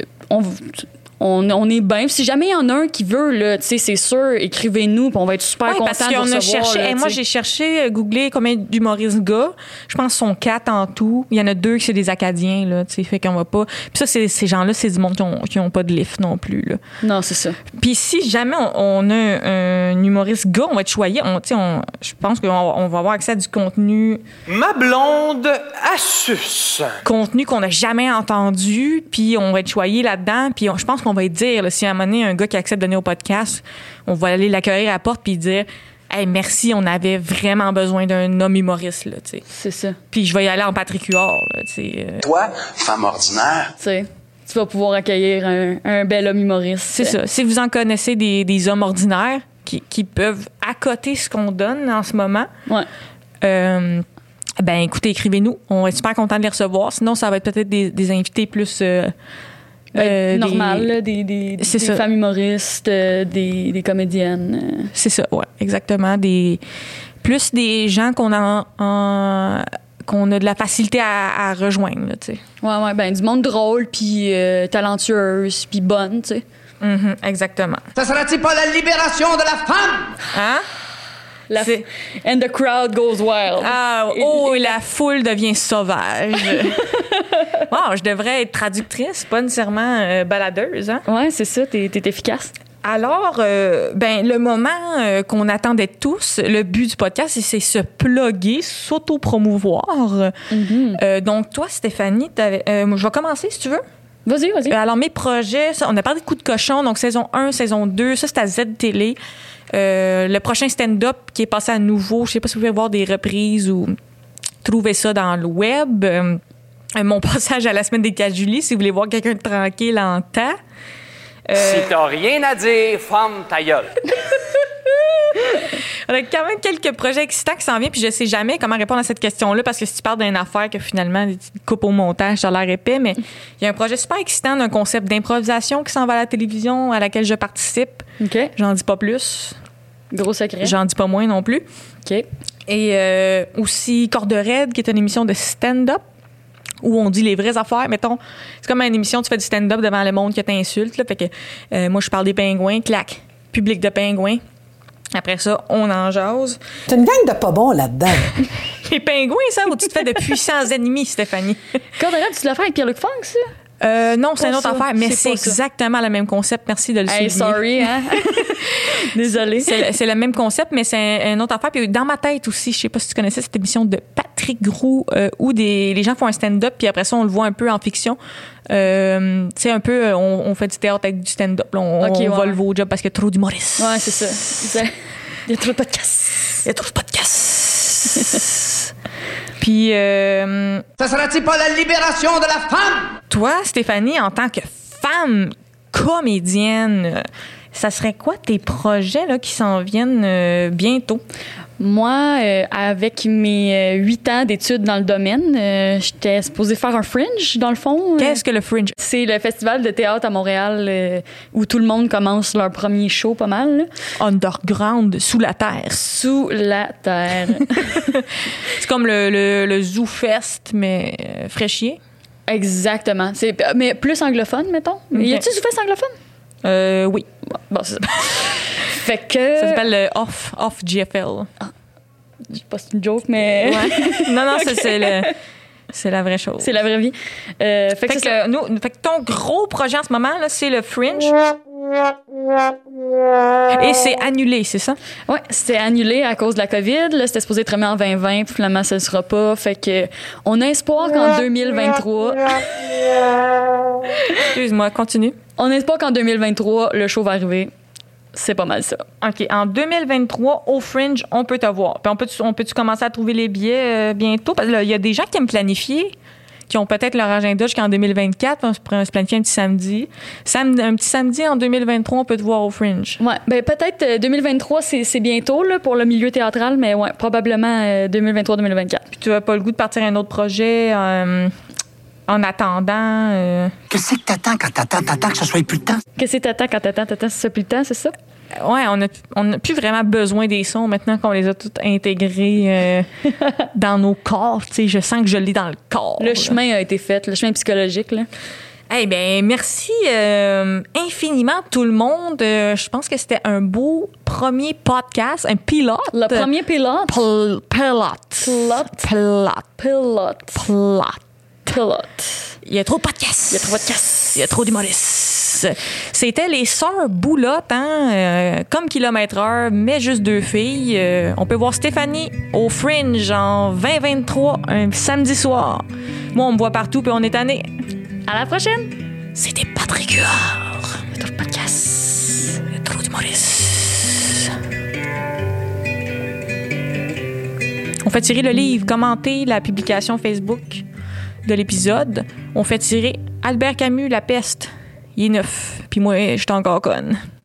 On est bien. Si jamais il y en a un qui veut, là, tu sais, c'est sûr, écrivez-nous, puis on va être super contents de recevoir. A cherché, là, moi, j'ai cherché, googlé combien d'humoristes gars. Je pense qu'ils sont 4 en tout. Il y en a 2 qui c'est des Acadiens, là, tu sais, fait qu'on va pas... Puis ça, ces gens-là, c'est du monde qui ont pas de lift non plus, là. Non, c'est ça. Puis si jamais on a un humoriste gars, on va être choyé. Je pense qu'on va avoir accès à du contenu... Ma blonde Assus. Contenu qu'on n'a jamais entendu, puis on va être choyé là-dedans, puis je pense qu'on va dire, là, si à un moment donné, un gars qui accepte de venir au podcast, on va aller l'accueillir à la porte puis dire « Hey, merci, on avait vraiment besoin d'un homme humoriste. » là, tu sais. C'est ça. Puis je vais y aller en patricuard. Là, tu sais. Toi, femme ordinaire. Tu sais, tu vas pouvoir accueillir un bel homme humoriste. C'est ça. Si vous en connaissez des hommes ordinaires qui peuvent accoter ce qu'on donne en ce moment, ben écoutez, écrivez-nous. On est super contents de les recevoir. Sinon, ça va être peut-être des invités plus... normal, là, des femmes humoristes, des comédiennes. C'est ça, ouais, exactement. Plus des gens qu'on a de la facilité à rejoindre, tu sais. Ouais, ben du monde drôle, puis talentueuse, puis bonne, tu sais. Exactement. Ça sera-t-il pas la libération de la femme? Hein? And the crowd goes wild. Et la foule devient sauvage. Wow, je devrais être traductrice, pas nécessairement baladeuse. Hein? Ouais, c'est ça, t'es efficace. Alors, le moment qu'on attendait tous, le but du podcast, c'est se plugger, s'auto-promouvoir. Donc, toi, Stéphanie, je vais commencer si tu veux. Vas-y. Alors, mes projets, on a parlé de Coup de cochon, donc saison 1, saison 2, ça, c'est à Z-Télé. Le prochain stand-up qui est passé à nouveau, je sais pas si vous pouvez voir des reprises ou trouver ça dans le web. Mon passage à la semaine des 4 juillet, si vous voulez voir quelqu'un de tranquille en temps. Si t'as rien à dire, ferme ta gueule. On a quand même quelques projets excitants qui s'en viennent, puis je sais jamais comment répondre à cette question-là, parce que si tu parles d'une affaire que finalement, tu coupes au montage, ça a l'air épais, mais il y a un projet super excitant d'un concept d'improvisation qui s'en va à la télévision, à laquelle je participe. OK. J'en dis pas plus. Gros secret. J'en dis pas moins non plus. OK. Et aussi Corde Raide, qui est une émission de stand-up, où on dit les vraies affaires. Mettons, c'est comme une émission, tu fais du stand-up devant le monde que t'insultes, là. Fait que moi, je parle des pingouins, clac, public de pingouins. Après ça, on en jase. C'est une gang de pas bons là-dedans. Les pingouins, ça, où tu te fais de puissants ennemis, Stéphanie. Corde Raide, tu l'as fait avec Pierre-Luc Funk, ça? Non, c'est une autre affaire, mais c'est exactement le même concept. Merci de le souligner. Sorry, hein? Désolée. C'est le même concept, mais c'est un autre affaire. Puis dans ma tête aussi, je sais pas si tu connaissais cette émission de Patrick Groux où les gens font un stand-up, puis après ça, on le voit un peu en fiction. Tu sais, un peu, on fait du théâtre avec du stand-up. Là, on va le au job parce qu'il y a trop d'humoristes. Ouais, c'est ça. Il y a trop de podcasts. Puis... Ça sera-t-il pas la libération de la femme? Toi, Stéphanie, en tant que femme comédienne, ça serait quoi tes projets là, qui s'en viennent bientôt? Moi, avec mes 8 ans d'études dans le domaine, j'étais supposée faire un Fringe, dans le fond. Qu'est-ce que le Fringe? C'est le festival de théâtre à Montréal où tout le monde commence leur premier show pas mal. Là. Underground, sous la terre. Sous la terre. C'est comme le Zoo Fest, mais fraîchier. Exactement. Mais plus anglophone, mettons. Okay. Y a-t-il du Fest anglophone? Oui. Bon, c'est ça. Fait que... Ça s'appelle le Off GFL. Ah. Je sais pas si c'est une joke, mais... Ouais. Non, okay. C'est la vraie chose. C'est la vraie vie. Fait que ton gros projet en ce moment, là, c'est le Fringe. Et c'est annulé, c'est ça? Oui, c'était annulé à cause de la COVID. Là, c'était supposé être remis en 2020, puis finalement, ça ne sera pas. Fait que on a espoir qu'en 2023... Excuse-moi, continue. On a espoir qu'en 2023, le show va arriver. C'est pas mal ça. OK. En 2023, au Fringe, on peut te voir. Puis on peut-tu commencer à trouver les billets bientôt? Parce qu'il y a des gens qui aiment planifier, qui ont peut-être leur agenda jusqu'en 2024. On se planifie un petit samedi. Un petit samedi en 2023, on peut te voir au Fringe. Oui. Ben peut-être 2023, c'est bientôt là, pour le milieu théâtral, mais ouais, probablement 2023-2024. Puis tu n'as pas le goût de partir à un autre projet en attendant... Qu'est-ce que t'attends quand t'attends que ce soit plus le temps? Qu'est-ce que t'attends quand t'attends que ce soit plus le temps, c'est ça? Ouais, on n'a plus vraiment besoin des sons maintenant qu'on les a tous intégrés dans nos corps. Tu sais, je sens que je l'ai dans le corps. Le chemin a été fait, le chemin psychologique, là. Eh bien, merci infiniment tout le monde. Je pense que c'était un beau premier podcast, un pilote. Le premier pilote. Il y a trop de podcasts. Il y a trop d'humoristes. C'était les sœurs Boulotte, comme kilomètre-heure, mais juste 2 filles. On peut voir Stéphanie au Fringe en 2023, un samedi soir. Moi, on me voit partout, puis on est tanné. À la prochaine! C'était Patrick Huard. Il y a trop de podcasts. Il y a trop d'humoristes. On fait tirer le livre, commenter la publication Facebook de l'épisode. On fait tirer Albert Camus, La peste. Il est 9. Puis moi, je suis encore conne.